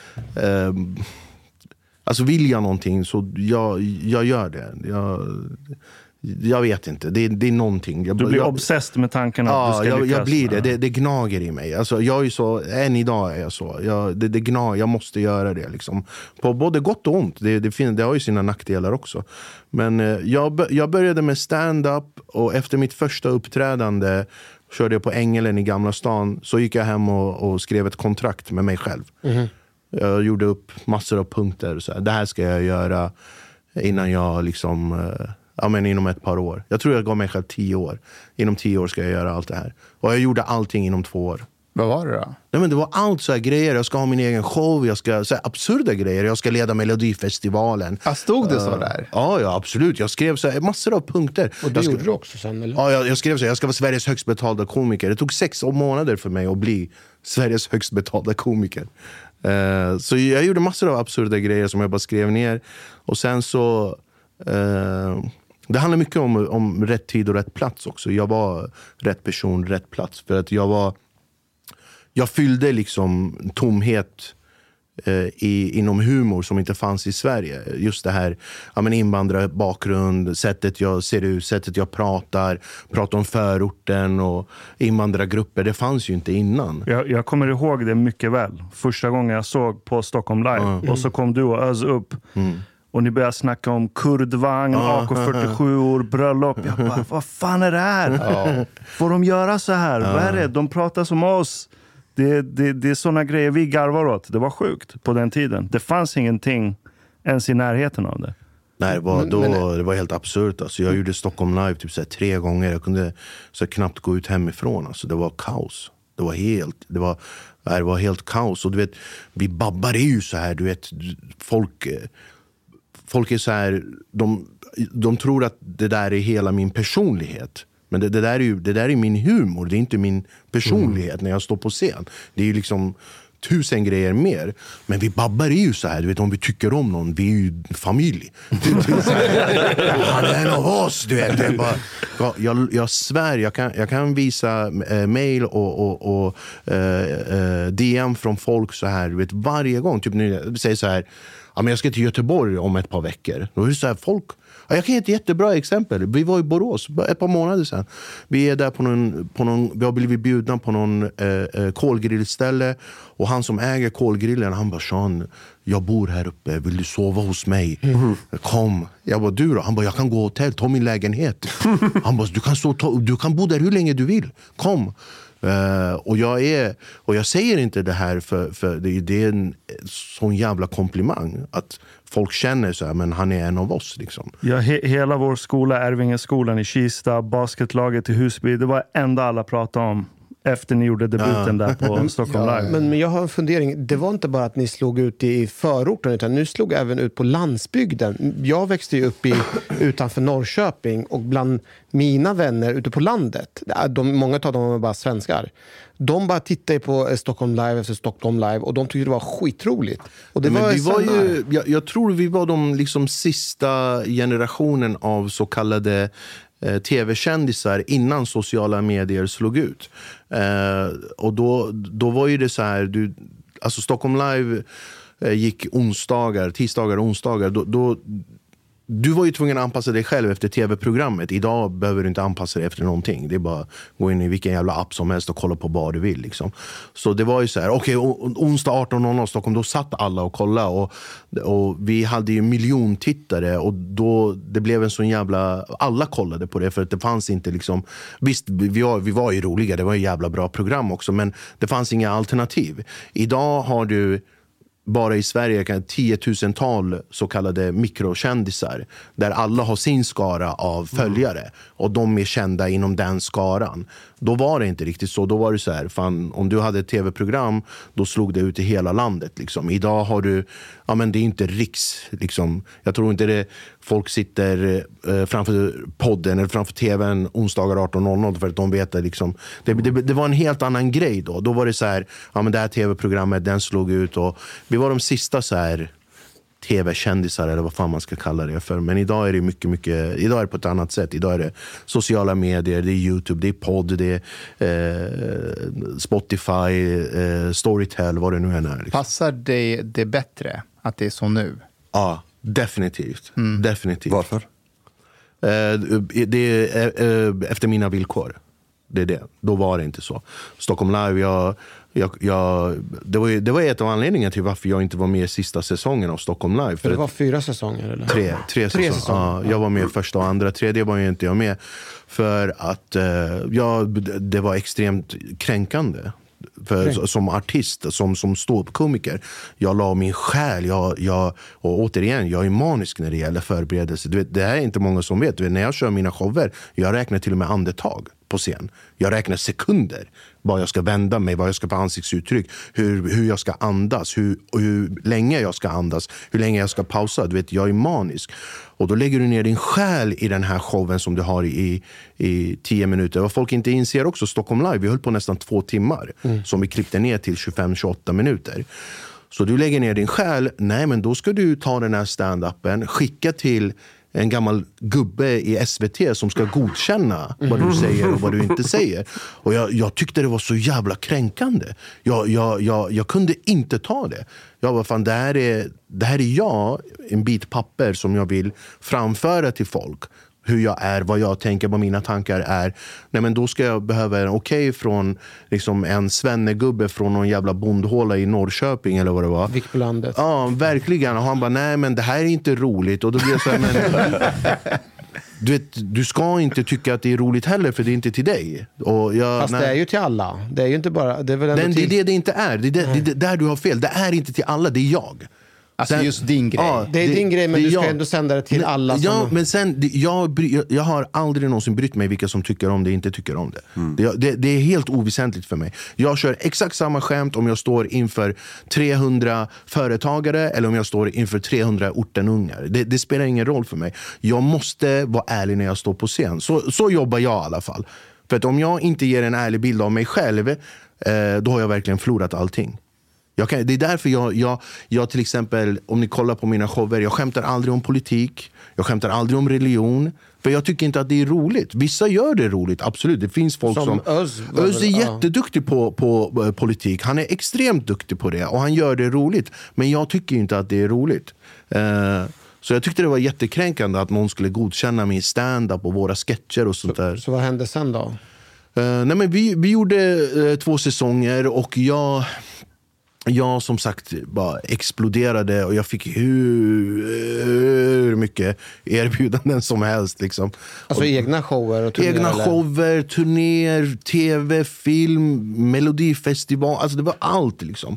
vill jag någonting så jag gör det. Jag vet inte, det är någonting. Du blir obsessed med tanken att du ska lyckas. Jag blir det gnager i mig. Alltså, jag är så, än idag är jag så. Det gnager, jag måste göra det liksom. På både gott och ont. Det har ju sina nackdelar också. Men jag började med stand-up, och efter mitt första uppträdande körde jag på Ängelen i Gamla stan. Så gick jag hem och skrev ett kontrakt med mig själv. Jag gjorde upp massor av punkter. Så här, det här ska jag göra innan jag liksom... inom ett par år. Jag tror jag gav mig själv 10 år. Inom 10 år ska jag göra allt det här. Och jag gjorde allting inom 2 år. Vad var det då? Nej, men det var allt så här grejer. Jag ska ha min egen show. Jag ska, så här absurda grejer. Jag ska leda Melodifestivalen. Stod det så där? Ja, absolut. Jag skrev så här, massor av punkter. Och det gjorde du också sen, eller? Ja, jag skrev så här, jag ska vara Sveriges högst betalda komiker. Det tog 6 månader för mig att bli Sveriges högst betalda komiker. Så jag gjorde massor av absurda grejer som jag bara skrev ner. Och sen så... det handlar mycket om rätt tid och rätt plats också. Jag var rätt person, rätt plats. För att jag fyllde liksom tomhet inom humor som inte fanns i Sverige. Just det här invandrarbakgrund, sättet jag ser ut, sättet jag pratar om förorten och invandrargrupper, det fanns ju inte innan. Jag kommer ihåg det mycket väl. Första gången jag såg på Stockholm Live och så kom du och Öz upp och ni började snacka om kurdvagn, AK47, bröllop. Jag bara, vad fan är det här? Får de göra så här? Vad är det? De pratar som oss. Det är såna grejer vi garvar åt. Det var sjukt på den tiden. Det fanns ingenting ens i närheten av det. Nej, det var helt absurt. Alltså, jag gjorde Stockholm Live typ 3 gånger. Jag kunde knappt gå ut hemifrån. Alltså, det var kaos. Det var helt kaos. Och du vet, vi babbar är ju så här. Du vet, folk är så här. De tror att det där är hela min personlighet. Men det där är min humor. Det är inte min personlighet när jag står på scen. Det är ju liksom 1000 grejer mer. Men vi babbar är ju så här. Du vet, om vi tycker om någon, vi är ju familj. Han är en av oss, du vet. Det är bara, jag svär, jag kan visa mail och DM från folk så här. Du vet, varje gång. Typ när jag säger så här, men jag ska till Göteborg om ett par veckor. Då är det så här, folk... Jag kan ge ett jättebra exempel. Vi var i Borås ett par månader sedan. Vi är där på någon vi har blivit bjudna på någon kolgrillställe. Och han som äger kolgrillen, han bara, Sean, jag bor här uppe. Vill du sova hos mig? Kom. Jag bara, du då? Han bara, jag kan gå hotell, ta min lägenhet. Han bara, du kan bo där hur länge du vill. Kom. Och jag säger inte det här för det är en sån jävla komplimang att folk känner så här, men han är en av oss liksom. Ja, hela vår skola, Ärvingeskolan i Kista, basketlaget i Husby, det var enda alla pratade om efter ni gjorde debuten där på Stockholm Live. Men jag har en fundering. Det var inte bara att ni slog ut i förorten, utan ni slog även ut på landsbygden. Jag växte ju upp utanför Norrköping, och bland mina vänner ute på landet, många av dem var bara svenskar. De bara tittade på Stockholm Live efter Stockholm Live, och de tyckte det var skitroligt. Och det jag tror vi var de liksom sista generationen av så kallade tv-kändisar innan sociala medier slog ut. Och då var ju det så här, alltså Stockholm Live gick tisdagar och onsdagar. Du var ju tvungen att anpassa dig själv efter tv-programmet. Idag behöver du inte anpassa dig efter någonting. Det är bara att gå in i vilken jävla app som helst och kolla på vad du vill. Liksom. Så det var ju så här, okej, onsdag 18.00 Stockholm, då satt alla och kollade. Och vi hade ju miljontittare, och då det blev en sån jävla... Alla kollade på det, för att det fanns inte liksom... Visst, vi var ju roliga, det var ju jävla bra program också, men det fanns inga alternativ. Idag har du... Bara i Sverige kan 10 000-tal så kallade mikrokändisar, där alla har sin skara av följare och de är kända inom den skaran. Då var det inte riktigt så. Då var det så här, fan, om du hade ett tv-program, då slog det ut i hela landet liksom. Idag har du, men det är inte riks liksom. Jag tror inte det, folk sitter framför podden eller framför tvn onsdagar 18.00 för att de vet att liksom, det var en helt annan grej då. Då var det så här, det här tv-programmet, den slog ut, och vi var de sista så här tv-kändisar eller vad fan man ska kalla det för. Men idag är det mycket, idag är det på ett annat sätt. Idag är det sociala medier, det är YouTube, det är podd, det är Spotify, Storytel, vad det nu än är. Liksom. Passar det bättre att det är så nu? Ja, definitivt. Definitivt. Varför? Det är efter mina villkor. Det är det. Då var det inte så. Stockholm Live, det var ett av anledningarna till varför jag inte var med i sista säsongen av Stockholm Live. För det var 4 säsonger eller? Tre säsonger. Ja, jag var med första och andra. Tredje var ju inte jag med. För att det var extremt kränkande. Som artist, som ståuppkomiker. Jag la min själ. Och återigen, jag är manisk när det gäller förberedelse. Du vet, det här är inte många som vet. Du vet, när jag kör mina shower, jag räknar till och med andetag på scen. Jag räknar sekunder. Vad jag ska vända mig, vad jag ska få ansiktsuttryck, hur jag ska andas, hur länge jag ska andas, hur länge jag ska pausa. Du vet, jag är manisk. Och då lägger du ner din själ i den här showen som du har i 10 minuter. Vad folk inte inser också, Stockholm Live, vi höll på nästan 2 timmar. Som vi klippte ner till 25-28 minuter. Så du lägger ner din själ, nej men då ska du ta den här stand-upen, skicka till en gammal gubbe i SVT som ska godkänna vad du säger och vad du inte säger. Och jag tyckte det var så jävla kränkande. Jag kunde inte ta det. Jag var fan, det här är jag, en bit papper som jag vill framföra till folk. Hur jag är, vad jag tänker, vad mina tankar är. Nej, men då ska jag behöva en okej från liksom en svennegubbe från någon jävla bondhåla i Norrköping eller vad det var. Vikbolandet. Ja, verkligen. Och han bara, nej men det här är inte roligt. Och då blir jag så här, men du ska inte tycka att det är roligt heller, för det är inte till dig. Och fast det är ju till alla. Det är ju inte bara... Det är väl ändå det inte är. Det är där du har fel. Det är inte till alla, det är jag. Alltså just din grej. Ja, det är din grej, men du ska ändå sända det till alla som... Ja, men sen, jag har aldrig någonsin brytt mig vilka som tycker om det, inte tycker om det. Det är helt oväsentligt för mig. Jag kör exakt samma skämt om jag står inför 300 företagare eller om jag står inför 300 ortenungar. Det spelar ingen roll för mig. Jag måste vara ärlig när jag står på scen. Så jobbar jag i alla fall. För att om jag inte ger en ärlig bild av mig själv, då har jag verkligen förlorat allting. Det är därför jag till exempel, om ni kollar på mina shower, jag skämtar aldrig om politik, jag skämtar aldrig om religion, för jag tycker inte att det är roligt. Vissa gör det roligt, absolut. Det finns folk som Öz är jätteduktig på politik. Han är extremt duktig på det och han gör det roligt. Men jag tycker inte att det är roligt. Så jag tyckte det var jättekränkande att någon skulle godkänna min stand-up och våra sketcher och sånt där. Så vad hände sen då? Nej, men vi gjorde 2 säsonger och jag som sagt bara exploderade och jag fick hur mycket erbjudanden som helst liksom. Alltså egna shower och turnéer? Egna shower, turnéer, tv, film, melodifestival, alltså det var allt liksom.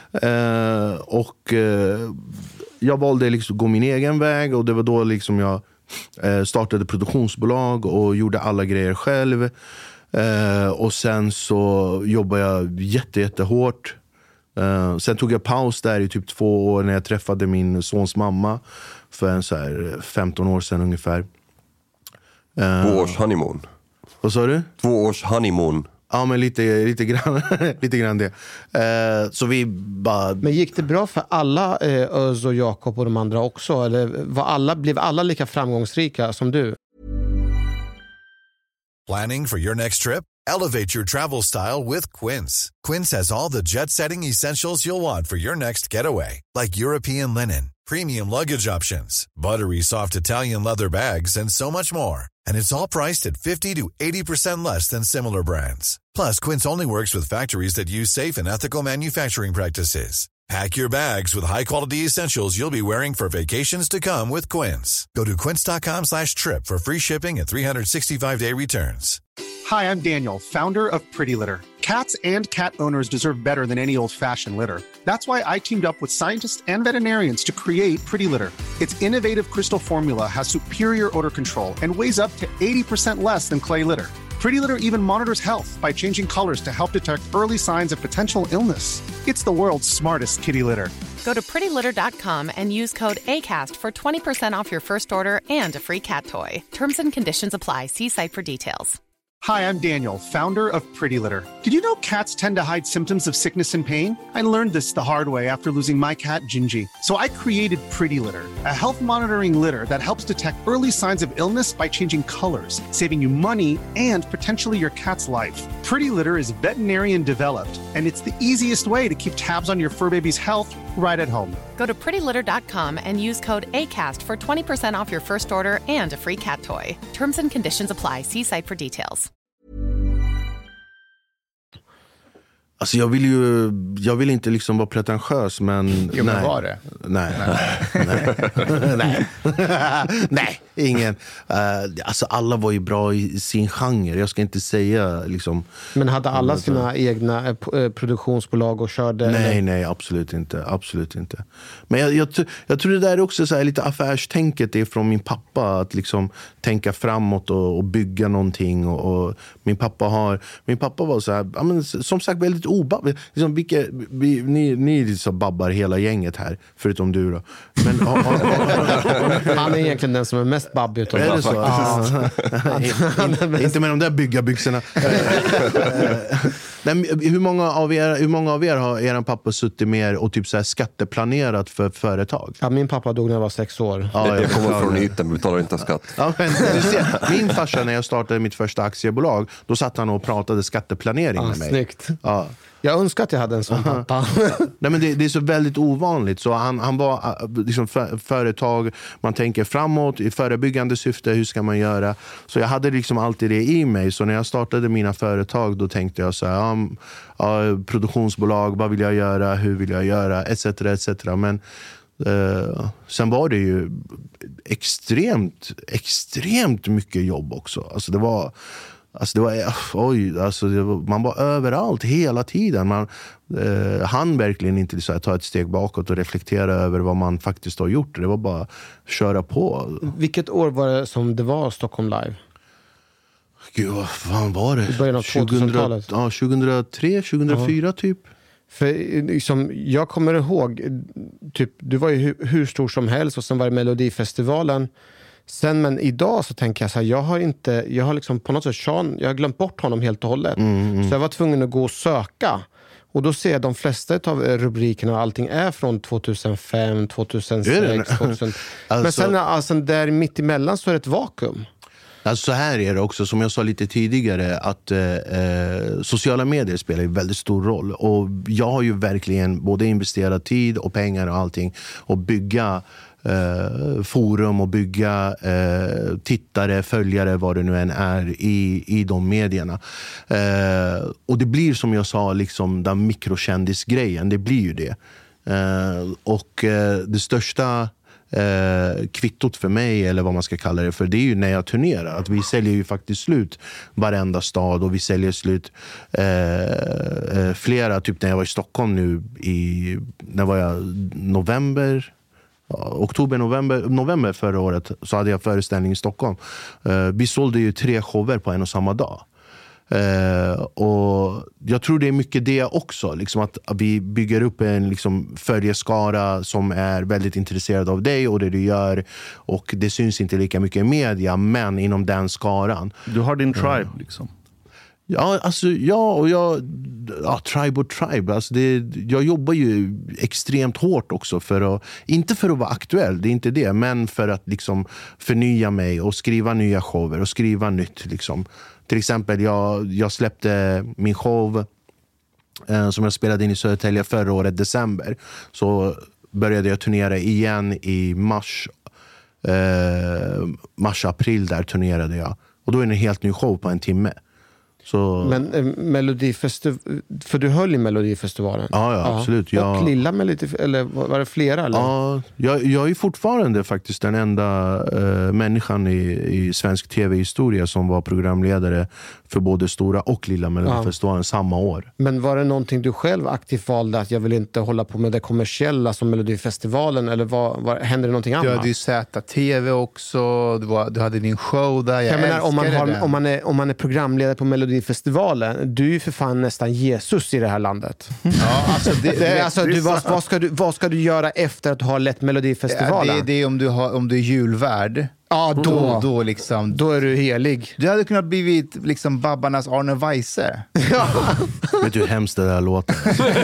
Jag valde liksom att gå min egen väg och det var då liksom jag startade produktionsbolag och gjorde alla grejer själv. Och sen så jobbade jag jättehårt. Sen tog jag paus där i typ 2 år när jag träffade min sons mamma för en så här 15 år sedan ungefär. 2 års honeymoon. Vad sa du? 2 års honeymoon. Ja, men lite grann, lite grann det. Så vi bara... Men gick det bra för alla, Öz och Jakob och de andra också? Eller blev alla lika framgångsrika som du? Planning for your next trip? Elevate your travel style with Quince. Quince has all the jet-setting essentials you'll want for your next getaway, like European linen, premium luggage options, buttery soft Italian leather bags, and so much more. And it's all priced at 50 to 80% less than similar brands. Plus, Quince only works with factories that use safe and ethical manufacturing practices. Pack your bags with high-quality essentials you'll be wearing for vacations to come with Quince. Go to quince.com/trip for free shipping and 365-day returns. Hi, I'm Daniel, founder of Pretty Litter. Cats and cat owners deserve better than any old-fashioned litter. That's why I teamed up with scientists and veterinarians to create Pretty Litter. Its innovative crystal formula has superior odor control and weighs up to 80% less than clay litter. Pretty Litter even monitors health by changing colors to help detect early signs of potential illness. It's the world's smartest kitty litter. Go to prettylitter.com and use code ACAST for 20% off your first order and a free cat toy. Terms and conditions apply. See site for details. Hi, I'm Daniel, founder of Pretty Litter. Did you know cats tend to hide symptoms of sickness and pain? I learned this the hard way after losing my cat, Gingy. So I created Pretty Litter, a health monitoring litter that helps detect early signs of illness by changing colors, saving you money and potentially your cat's life. Pretty Litter is veterinarian developed, and it's the easiest way to keep tabs on your fur baby's health right at home. Go to prettylitter.com and use code ACAST for 20% off your first order and a free cat toy. Terms and conditions apply. See site for details. Alltså jag vill inte liksom vara pretentiös, men jo, men var det? Nej, ingen. Alltså alla var ju bra i sin genre. Jag ska inte säga liksom. Men hade alla sina egna produktionsbolag och körde? Nej, absolut inte. Men jag tror det där är också så här, lite affärstänket är från min pappa, att liksom tänka framåt och bygga någonting. Och min pappa var så här, ja, men, som sagt väldigt väldigt obabbligt. Liksom, ni är så babbar hela gänget här, förutom du då. Men, han är egentligen den som är mest babbig utav är det så? Inte med de där byggarbyxorna. Hur många av er har er pappa suttit med och typ så här skatteplanerat för företag? Ja, min pappa dog när jag var 6 år. Ja, jag kommer från ytan, men betalar inte skatt. Ja, men, du ser, min farsa, när jag startade mitt första aktiebolag, då satt han och pratade skatteplanering med mig. Snyggt. Ja. Jag önskar att jag hade en sån pappa. Nej, men det är så väldigt ovanligt. Så han var liksom företag, man tänker framåt i förebyggande syfte, hur ska man göra? Så jag hade liksom alltid det i mig. Så när jag startade mina företag, då tänkte jag så här, produktionsbolag, vad vill jag göra, hur vill jag göra, etc. Men sen var det ju extremt mycket jobb också. Man var överallt hela tiden. Man hann verkligen inte så här, ta ett steg bakåt och reflektera över vad man faktiskt har gjort. Det var bara köra på. Vilket år var det som det var Stockholm Live? Gud, vad fan var det? I början av 2000-talet. 2003, 2004 typ. För liksom, jag kommer ihåg, typ, du var ju hur stor som helst och sen var det Melodifestivalen. Sen, men idag så tänker jag så här, jag har liksom på något sätt jag har glömt bort honom helt och hållet. Så jag var tvungen att gå och söka. Och då ser jag de flesta av rubrikerna och allting är från 2005, 2006, 2000. Men sen alltså, där mitt emellan så är det ett vakuum. Alltså så här är det också, som jag sa lite tidigare, att sociala medier spelar ju väldigt stor roll. Och jag har ju verkligen både investerat tid och pengar och allting och bygga forum och bygga tittare, följare, vad det nu än är i de medierna. Och det blir, som jag sa, liksom den mikrokändisgrejen, det blir ju det. Och det största kvittot för mig, eller vad man ska kalla det för, det är ju när jag turnerar. Att vi säljer ju faktiskt slut varenda stad, och vi säljer slut flera, typ när jag var i Stockholm nu när var jag november förra året, så hade jag föreställning i Stockholm. Vi sålde ju 3 shower på en och samma dag. Och jag tror det är mycket det också, liksom att vi bygger upp en liksom följeskara som är väldigt intresserad av dig och det du gör, och det syns inte lika mycket i media, men inom den skaran. Du har din tribe liksom. Ja, alltså, tribe. Alltså jag jobbar ju extremt hårt också inte för att vara aktuell, det är inte det, men för att liksom förnya mig och skriva nya shower och skriva nytt liksom. Till exempel, jag släppte min show som jag spelade in i Södertälje förra året, december. Så började jag turnera igen i mars-april, där turnerade jag. Och då är det en helt ny show på en timme. Så... Men för du höll i Melodifestivalen? Ja, absolut. Och lilla eller var det flera? Eller? Ja, jag är fortfarande faktiskt den enda människan i svensk tv-historia som var programledare för både stora och lilla Melodifestivalen samma år. Men var det någonting du själv aktivt valde, att jag vill inte hålla på med det kommersiella som Melodifestivalen, eller hände det någonting annat? Du hade ju ZTV också, du hade din show där, jag älskar det. Om man är programledare på Melodifestivalen, du är ju för fan nästan Jesus i det här landet. Ja, alltså vad ska du göra efter att ha lett Melodifestivalen? Det är om du är julvärd. Ja, då är du helig. Du hade kunnat blivit liksom Babbarnas Arne Weise. Ja. Vet du hur hemskt det där låter?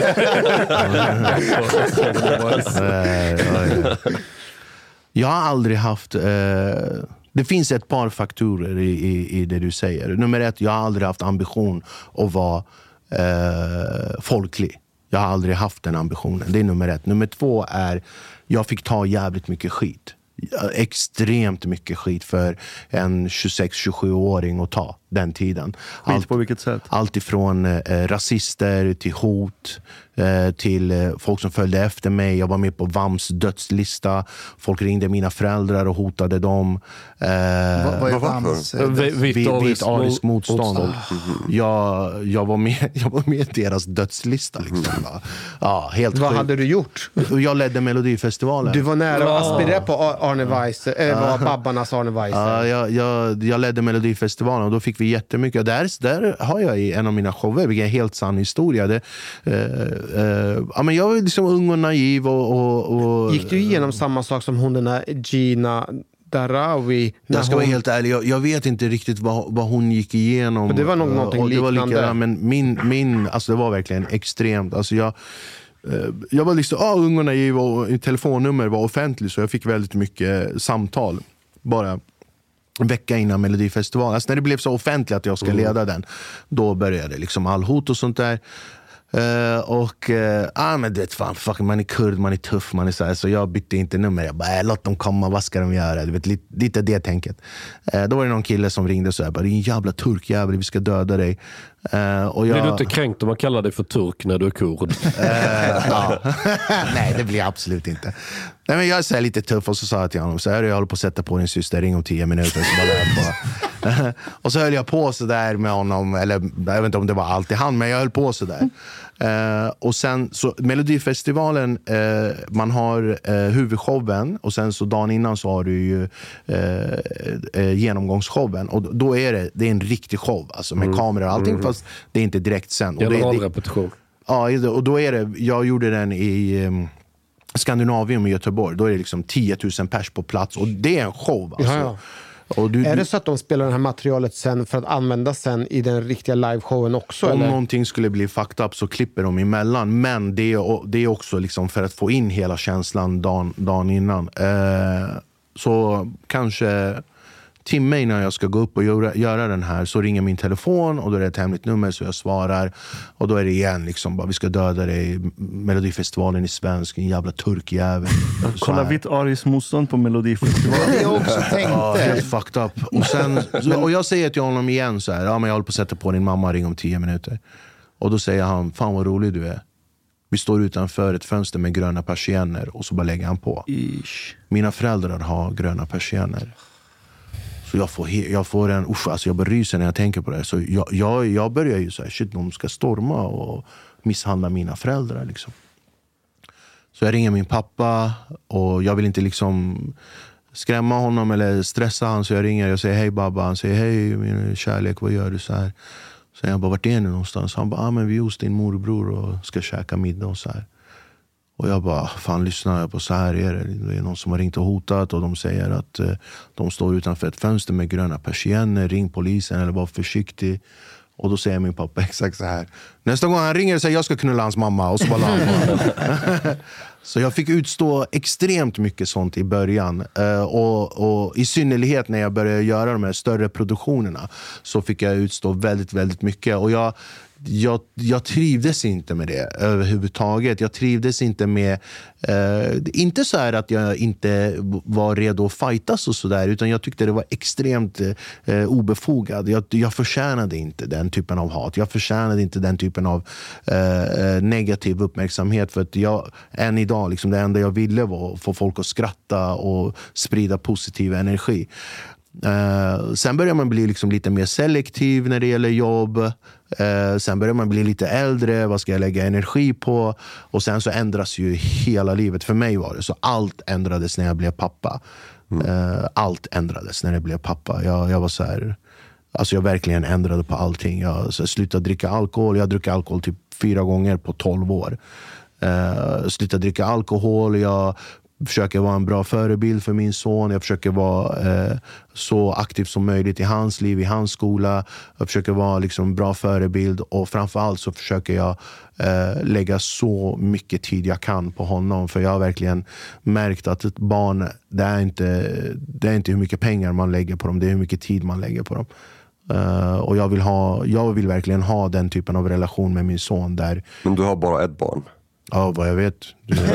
Jag har aldrig haft... Det finns ett par faktorer i det du säger. Nummer 1, jag har aldrig haft ambition att vara folklig. Jag har aldrig haft den ambitionen. Det är nummer 1. Nummer 2 är, jag fick ta jävligt mycket skit. Extremt mycket skit för en 26-27-åring att ta den tiden. På vilket sätt? Allt ifrån rasister till hot, till folk som följde efter mig. Jag var med på VAMs dödslista. Folk ringde mina föräldrar och hotade dem. Vad är VAMs? Vitt arisk motstånd. Jag var med i deras dödslista. Liksom. Ja, helt Vad hade du gjort? Jag ledde Melodifestivalen. Du var nära att aspirera på Arne Weise, var Babbarnas Arne Weise. Ja, jag ledde Melodifestivalen, och då fick vi vi jättemycket. Där har jag i en av mina shower, vilken är en helt sann historia. Men jag var liksom ung och naiv. Och gick du igenom samma sak som hon, den här Gina Darawi? Jag ska vara helt ärlig, jag vet inte riktigt vad hon gick igenom. Men det var nog någonting liknande. Men min alltså det var verkligen extremt. Alltså jag var liksom ung och naiv och telefonnummer var offentlig, så jag fick väldigt mycket samtal bara en vecka innan Melodifestivalen. Alltså när det blev så offentligt att jag ska leda den, då började liksom all hot och sånt där. Men det fan, fucking, man är kurd, man är tuff, man är så här, så jag bytte inte nummer. Jag bara, låt dem komma, vad ska de göra? Du vet, lite det tänket. Då var det någon kille som ringde och sa, din jävla turkjävel, vi ska döda dig. Blir du inte kränkt om man kallar dig för turk när du är kurd? Nej, det blir jag absolut inte. Nej, men jag är så här lite tuff, och så sa jag till honom, så här, jag håller på att sätta på din syster, ring om 10 minuter. Så bara och så höll jag på så där med honom, eller jag vet inte om det var alltid han, men jag höll på så där. Och sen så Melodifestivalen, man har huvudshowen, och sen så dagen innan så har du ju genomgångsshowen, och då är det är en riktig show, alltså med kameror och allting, fast det är inte direkt sen. Generalrepetition. Ja, och då är det, jag gjorde den i Skandinavium i Göteborg, då är det liksom 10 000 pers på plats, och det är en show alltså. Ja. Är det så att de spelar det här materialet sen för att använda sen i den riktiga liveshowen också? Om eller? någonting skulle bli fucked up så klipper de emellan, men det är också liksom för att få in hela känslan dagen innan. Så kanske timme innan jag ska gå upp och göra den här, så ringer min telefon, och då är det ett hemligt nummer, så jag svarar, och då är det igen liksom bara, vi ska döda dig, Melodifestivalen i svensk, en jävla turkjävel. Kolla vitt Aris motstånd på Melodifestivalen. Jag också tänkte. Ja, helt fucked up. Och sen, och jag säger till honom igen så här, men jag håller på att sätta på din mamma, ring om 10 minuter. Och då säger han, fan vad rolig du är. Vi står utanför ett fönster med gröna persienner, och så bara lägger han på. Mina föräldrar har gröna persienner. Så jag får en alltså jag börjar rysa när jag tänker på det. Så jag börjar ju så här, shit, de ska storma och misshandla mina föräldrar liksom. Så jag ringer min pappa, och jag vill inte liksom skrämma honom eller stressa han, så jag ringer och säger hej babba. Han säger hej min kärlek, vad gör du så här? Så jag bara, vart är ni någonstans? Han bara, men vi är hos din morbror och ska käka middag och så här. Och jag bara, fan, lyssnar jag på så här är det. Det är någon som har ringt och hotat, och de säger att de står utanför ett fönster med gröna persienner, ring polisen eller var försiktig. Och då säger min pappa exakt så här, nästa gång han ringer säger jag ska knulla hans mamma, och så bara Så jag fick utstå extremt mycket sånt i början, och i synnerhet när jag började göra de här större produktionerna, så fick jag utstå väldigt, väldigt mycket. Och jag trivdes inte med det överhuvudtaget. Jag trivdes inte med inte så här att jag inte var redo att fightas och sådär, utan jag tyckte det var extremt obefogad. Jag förtjänade inte den typen av hat. Jag förtjänade inte den typen av negativ uppmärksamhet, för att än idag liksom, det enda jag ville var att få folk att skratta och sprida positiv energi. Sen börjar man bli liksom lite mer selektiv när det gäller jobb. Sen börjar man bli lite äldre. Vad ska jag lägga energi på? Och sen så ändras ju hela livet. För mig var det så. Allt ändrades när jag blev pappa. Allt ändrades när jag blev pappa. Jag var så här... Alltså jag verkligen ändrade på allting. Jag slutade dricka alkohol. Jag har druckit alkohol typ 4 gånger på 12 år. Slutade dricka alkohol. Jag försöker vara en bra förebild för min son. Jag försöker vara så aktiv som möjligt i hans liv, i hans skola. Jag försöker vara liksom en bra förebild, och framförallt så försöker jag lägga så mycket tid jag kan på honom, för jag har verkligen märkt att ett barn, det är inte hur mycket pengar man lägger på dem, det är hur mycket tid man lägger på dem. Och jag vill verkligen ha den typen av relation med min son där. Men du har bara ett barn? Ja, vad jag vet.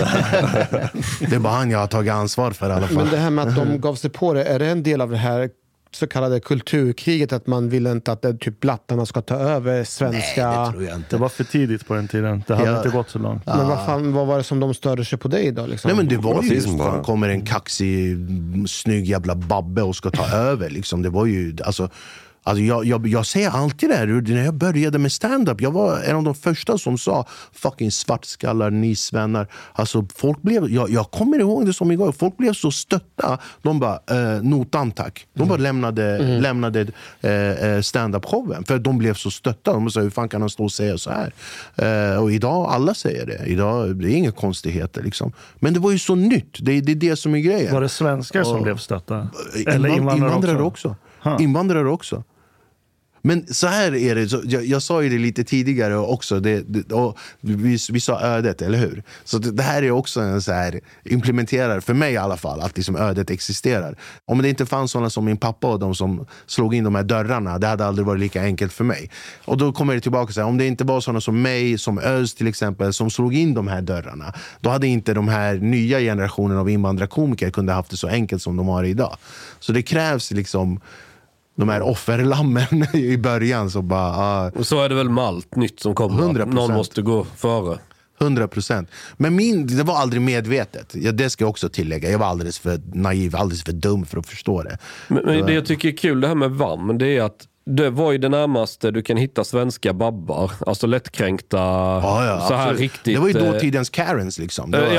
Det är bara han jag har tagit ansvar för i alla fall. Men det här med att de gav sig på det, är det en del av det här så kallade kulturkriget, att man vill inte att typ blattarna ska ta över svenska? Nej, det tror jag inte. Det var för tidigt på den tiden. Det hade inte gått så långt. Men vad var det som de störde sig på dig då? Liksom? Nej, men det var ju just fan, kommer en kaxig, snygg jävla babbe och ska ta över. Liksom. Det var ju, alltså Alltså jag säger alltid det här, när jag började med stand-up, jag var en av de första som sa fucking svartskallar, ni svennar. Alltså folk blev, jag kommer ihåg det som igår, folk blev så stötta. De bara, notan tack. De bara lämnade stand-up-showen för de blev så stötta. De sa, hur fan kan han stå och säga så här? Och idag, alla säger det. Idag, det är inga konstigheter liksom. Men det var ju så nytt, det är det som är grejen. Var det svenskar som blev stötta? Eller invandrare också. Invandrare också. Men så här är det, så jag sa ju det lite tidigare också, vi sa ödet, eller hur? Så det här är också en så här implementerar, för mig i alla fall, att liksom ödet existerar. Om det inte fanns sådana som min pappa och de som slog in de här dörrarna, det hade aldrig varit lika enkelt för mig. Och då kommer det tillbaka så här, om det inte var sådana som mig, som Öz till exempel, som slog in de här dörrarna, då hade inte de här nya generationen av invandrarkomiker kunde haft det så enkelt som de har idag. Så det krävs liksom de här offerlammen i början, så bara... Och så är det väl med allt nytt som kommer. 100%. Någon måste gå före. 100%. Men det var aldrig medvetet. Det ska jag också tillägga. Jag var alldeles för naiv, alldeles för dum för att förstå det. Men det jag tycker är kul det här med VAM, det är att det var ju det närmaste du kan hitta svenska babbar. Alltså lättkränkta, så här riktigt. Det var ju dåtidens Karens liksom. Men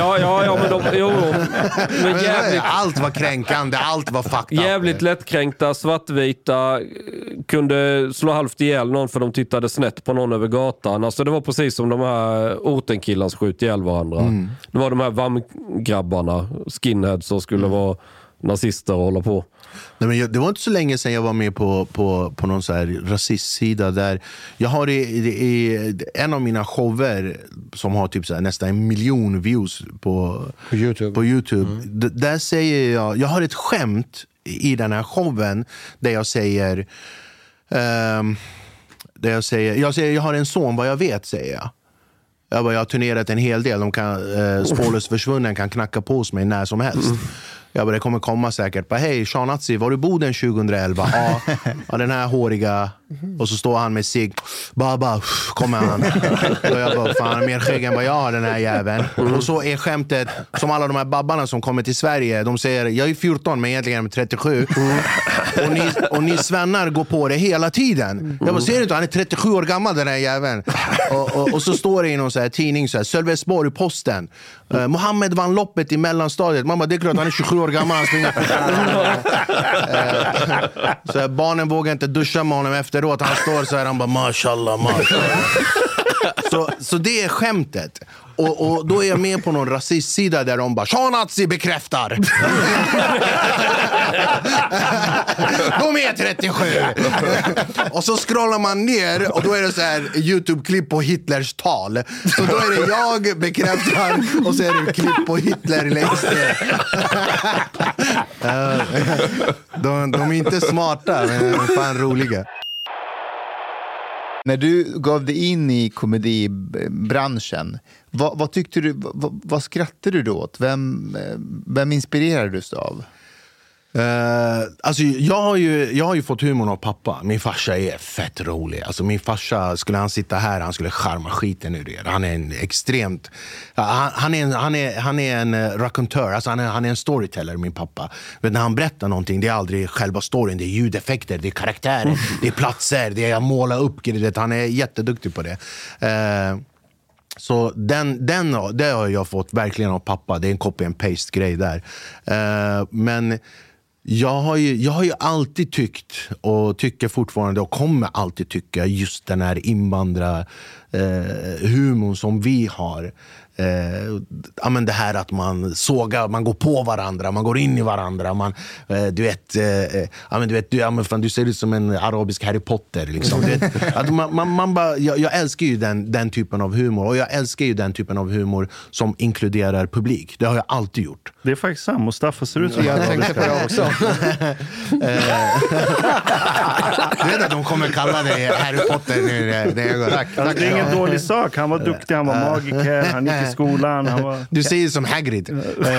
jävligt, allt var kränkande, allt var fucked up. Jävligt lättkränkta, svartvita, kunde slå halvt ihjäl någon för de tittade snett på någon över gatan. Alltså det var precis som de här ortenkillarna skjuter ihjäl varandra. Det var de här VAM-grabbarna, skinheads, som skulle vara nazister och hålla på. Nej, men det var inte så länge sedan jag var med på någon så här rasistsida där jag har i en av mina shower som har typ så här nästan 1 miljon views på YouTube. Där säger jag har ett skämt i den här showen där jag säger jag har en son, vad jag vet, säger jag. Jag har turnerat en hel del. De kan spårlöst försvunnen kan knacka på hos mig när som helst. Det kommer komma säkert på, hej Shanatzi, var du Boden 2011? Ja, den här håriga. Och så står han med sig. Bara kommer han. Och jag bara, fan, mer skägg än vad jag har, den här jäveln. Och så är skämtet, som alla de här babbarna som kommer till Sverige, de säger, jag är 14 men egentligen är 37. Och ni svennar går på det hela tiden. Jag bara, ser du inte, han är 37 år gammal, den här jäveln. Och så står det i någon så här tidning, så här, Sölvesborg, Posten. Mohammed vann loppet i mellanstadiet. Mamma, det är klart han är 27 år gammal, han springer. Så här, barnen vågar inte duscha med honom efteråt. Han står så här, han bara mashallah. Så det är skämtet. Och då är jag med på någon rasistsida där de bara, Shanatzi bekräftar. De är 37. Och så scrollar man ner och då är det så här YouTube-klipp på Hitlers tal. Så då är det jag bekräftar och så är det klipp på Hitler längst ner. De är inte smarta, men de är fan roliga. När du gav dig in i komedibranschen, vad tyckte du, vad skrattade du då åt? Vem inspirerades du av? Alltså jag har ju fått humorn av pappa. Min farsa är fett rolig. Alltså min farsa, skulle han sitta här, han skulle charma skiten ur det. Han är en extremt han är en racontör. Alltså han är en storyteller, min pappa. Men när han berättar någonting, det är aldrig själva storyn, det är ljudeffekter, det är karaktärer, det är platser, det är att måla upp det. Han är jätteduktig på det. Så det har jag fått verkligen av pappa. Det är en copy and paste grej där. Men jag har ju alltid tyckt och tycker fortfarande och kommer alltid tycka just den här humor som vi har. Men det här att man sågar, man går på varandra, man går in i varandra, du ser ut som en arabisk Harry Potter liksom. Jag älskar ju den typen av humor, och jag älskar ju den typen av humor som inkluderar publik. Det har jag alltid gjort. Det är faktiskt sant. Mustafa ser ut som jag tänkte på det också. Du vet att de kommer kalla dig Harry Potter nu. Det är ingen dålig sak. Han var duktig, han var magiker, han gick i skolan. Han var... Du säger som Hagrid.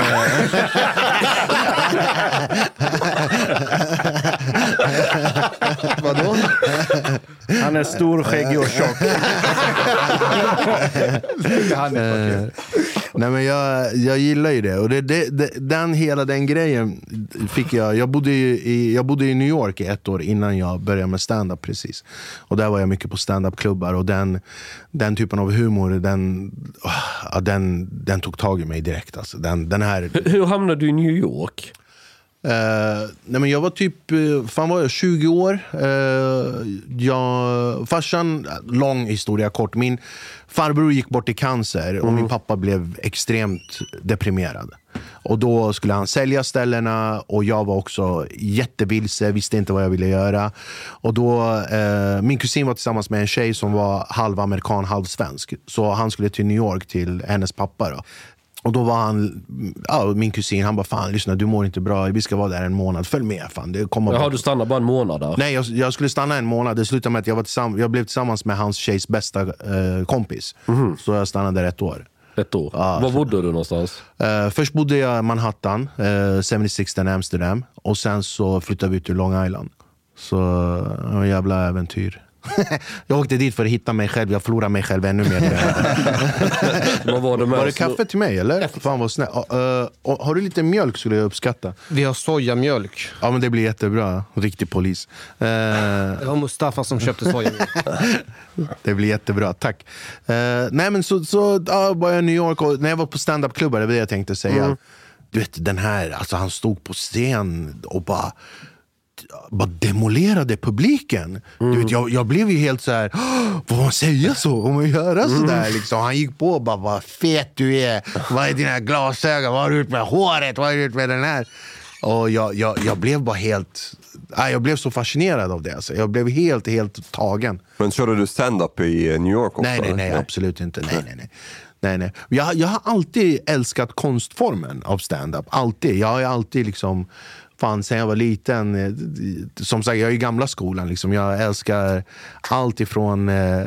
Vadå? Han är stor, skäggig och tjock. Nej, men jag gillar ju det. Och hela den grejen fick jag. Jag bodde i New York i 1 år innan jag började med stand-up precis. Och där var jag mycket på stand-up-klubbar. Och den typen av humor, den tog tag i mig direkt. Alltså. Den här... Hur hamnade du i New York? Nej, men jag var typ 20 år. Farsan, lång historia kort. Min farbror gick bort i cancer och min pappa blev extremt deprimerad. Och då skulle han sälja ställena och jag var också jättevilse, visste inte vad jag ville göra. Och då, min kusin var tillsammans med en tjej som var halv amerikan, halv svensk. Så han skulle till New York till hennes pappa då. Och då var min kusin, han bara, fan lyssna, du mår inte bra, vi ska vara där en månad, följ med fan. Du stannade bara en månad där? Nej, jag skulle stanna en månad. Det slutade med att jag blev tillsammans med hans tjejs bästa kompis. Så jag stannade där 1 år. 1 år? Ja. Var bodde du någonstans? Först bodde jag i Manhattan, 76th Amsterdam. Och sen så flyttade vi ut till Long Island. Så en jävla äventyr. Jag åkte dit för att hitta mig själv. Jag förlorade mig själv ännu mer. Var det kaffe till mig eller? Fan vad snäll. Har du lite mjölk skulle jag uppskatta. Vi har sojamjölk. Ja, men det blir jättebra. Riktig polis. Det var Mustafa som köpte sojamjölk. Det blir jättebra, tack. Nej men så var jag i New York och när jag var på stand-up-klubbar, det var det jag tänkte säga. Du vet den här, alltså han stod på scen och bara demolerade publiken. Du vet, jag blev ju helt så här, vad man säger så? Vad man göra så där liksom. Han gick på och bara, vad fet du är. Vad är dina glasögon? Vad har du gjort med håret? Vad har du gjort med den här? Och jag blev bara helt... Jag blev så fascinerad av det. Alltså. Jag blev helt tagen. Men körde du stand-up i New York också? Nej, absolut inte. Nej. Jag har alltid älskat konstformen av stand-up. Alltid. Jag har alltid liksom... Fan, sen jag var liten, som sagt, jag är i gamla skolan liksom. Jag älskar allt ifrån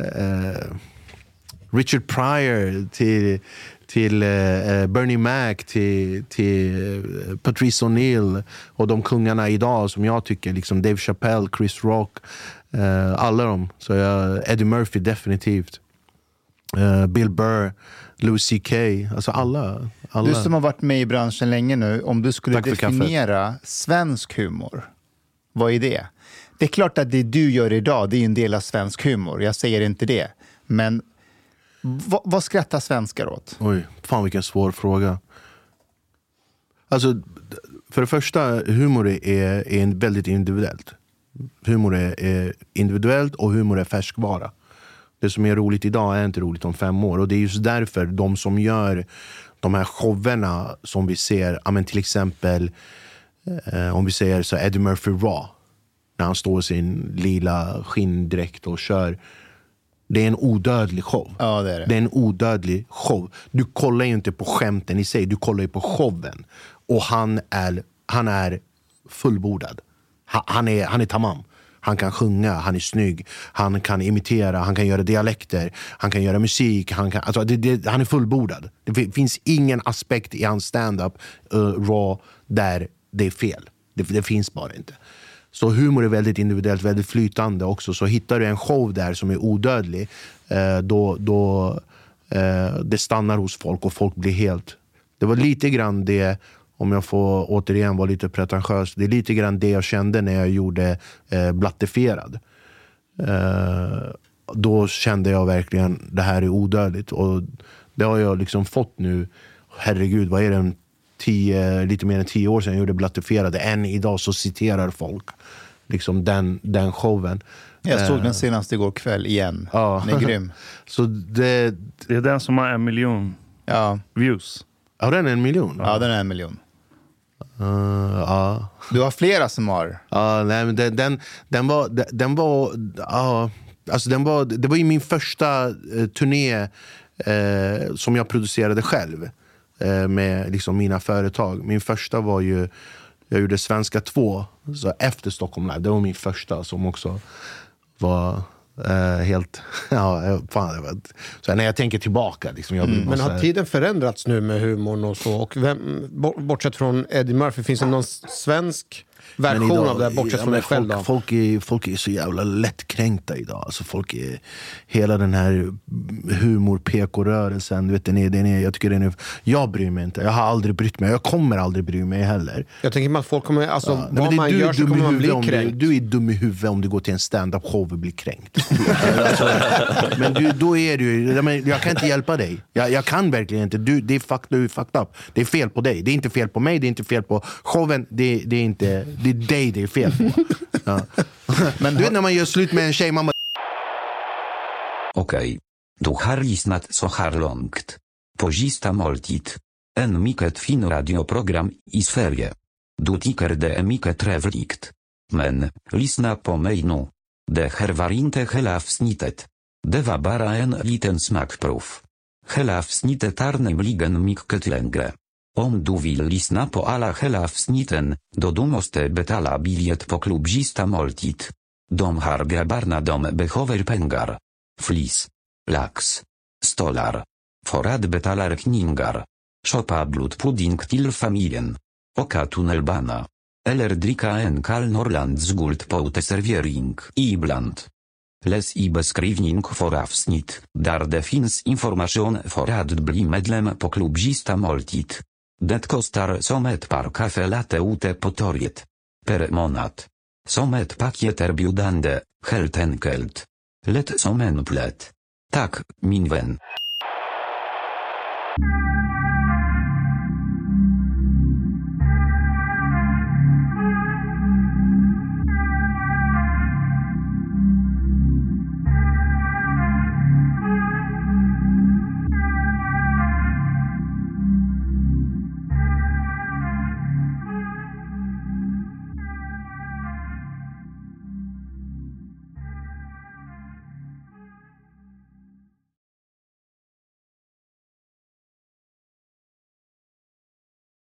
Richard Pryor till Bernie Mac till Patrice O'Neill och de kungarna idag som jag tycker, liksom Dave Chappelle, Chris Rock, alla dem. Så Eddie Murphy definitivt, Bill Burr, Louis C.K. Alltså alla. Du som har varit med i branschen länge nu, om du skulle definiera svensk humor, vad är det? Det är klart att det du gör idag, det är en del av svensk humor. Jag säger inte det. Men vad skrattar svenskar åt? Oj, fan vilken svår fråga. Alltså, för det första, humor är väldigt individuellt. Humor är individuellt och humor är färskvara. Det som är roligt idag är inte roligt om 5 år. Och det är just därför de som gör de här showerna som vi ser, men till exempel om vi säger så Eddie Murphy Raw, när han står i sin lila skinndräkt och kör. Det är en odödlig show. Ja, det är det. Det är en odödlig show. Du kollar ju inte på skämten i sig, du kollar ju på showen. Och han är fullbordad. Han är tamam. Han kan sjunga, han är snygg, han kan imitera, han kan göra dialekter, han kan göra musik, han är fullbordad. Det finns ingen aspekt i hans stand-up raw där det är fel. Det finns bara inte. Så humor är väldigt individuellt, väldigt flytande också. Så hittar du en show där som är odödlig, då det stannar hos folk och folk blir helt... Det var lite grann det, om jag får återigen vara lite pretentiös, det är lite grann det jag kände när jag gjorde Blattifierad. Då kände jag verkligen, det här är odödligt. Och det har jag liksom fått nu, herregud, vad är det, lite mer än 10 år sedan jag gjorde Blattifierad. Än idag så citerar folk liksom den showen. Jag såg den senast igår kväll igen. Ja. Den är grym. Så det är den som har 1 miljon views. Ja, den är 1 miljon. Ja, den är 1 miljon. Ja. Du har flera som har. Ja, nej, men det var ju min första turné som jag producerade själv med liksom mina företag. Min första var ju, jag gjorde Svenska 2 så efter Stockholm Live. Det var min första som också var Helt, fan. Så när jag tänker tillbaka liksom, men har tiden förändrats nu med humorn och så? Och bortsett från Eddie Murphy, finns det någon svensk version idag, av det bortsett från dig själv då? Folk är så jävla lättkränkta idag. Alltså folk är, hela den här humor-PK-rörelsen, du vet, jag tycker jag bryr mig inte. Jag har aldrig brytt mig. Jag kommer aldrig bry mig heller. Jag tänker mig att folk kommer, alltså vad man gör så kommer man bli kränkt. Du är dum i huvudet om du går till en stand-up show och blir kränkt. Alltså, men då är du, jag kan inte hjälpa dig. Jag kan verkligen inte. Du är fucked up. Det är fel på dig. Det är inte fel på mig. Det är inte fel på showen. Det är inte... Det är dig det är fel på. Ja. Men du vet när man gör slut med en tjej, mamma... Okej. Du har lyssnat så här långt. På Sista måltid. En mycket fin radioprogram i Sverige. Du tycker det är mycket trevligt. Men, lyssna på mig nu. Det här var inte hela avsnittet. Det var bara en liten smakprov. Hela avsnittet är nämligen mycket längre. Om du vill lyssna på alla hela avsnitten, då du måste betala biljett på klubb Sista måltid. De har grabbarna behöver pengar. Flis. Lax. Stolar. För att betala räkningar. Shoppa blodpudding till familjen. Åka tunnelbana. Eller dricka en kall Norrlands Guld på uteservering ibland. Läs i beskrivning för avsnitt, där det finns information för att bli medlem på klubb Sista måltid. Det kostar som ett par kaffe latte ute på torget. Per månad. Som ett paketerbjudande, helt enkelt. Lätt som en plätt. Tack, min vän.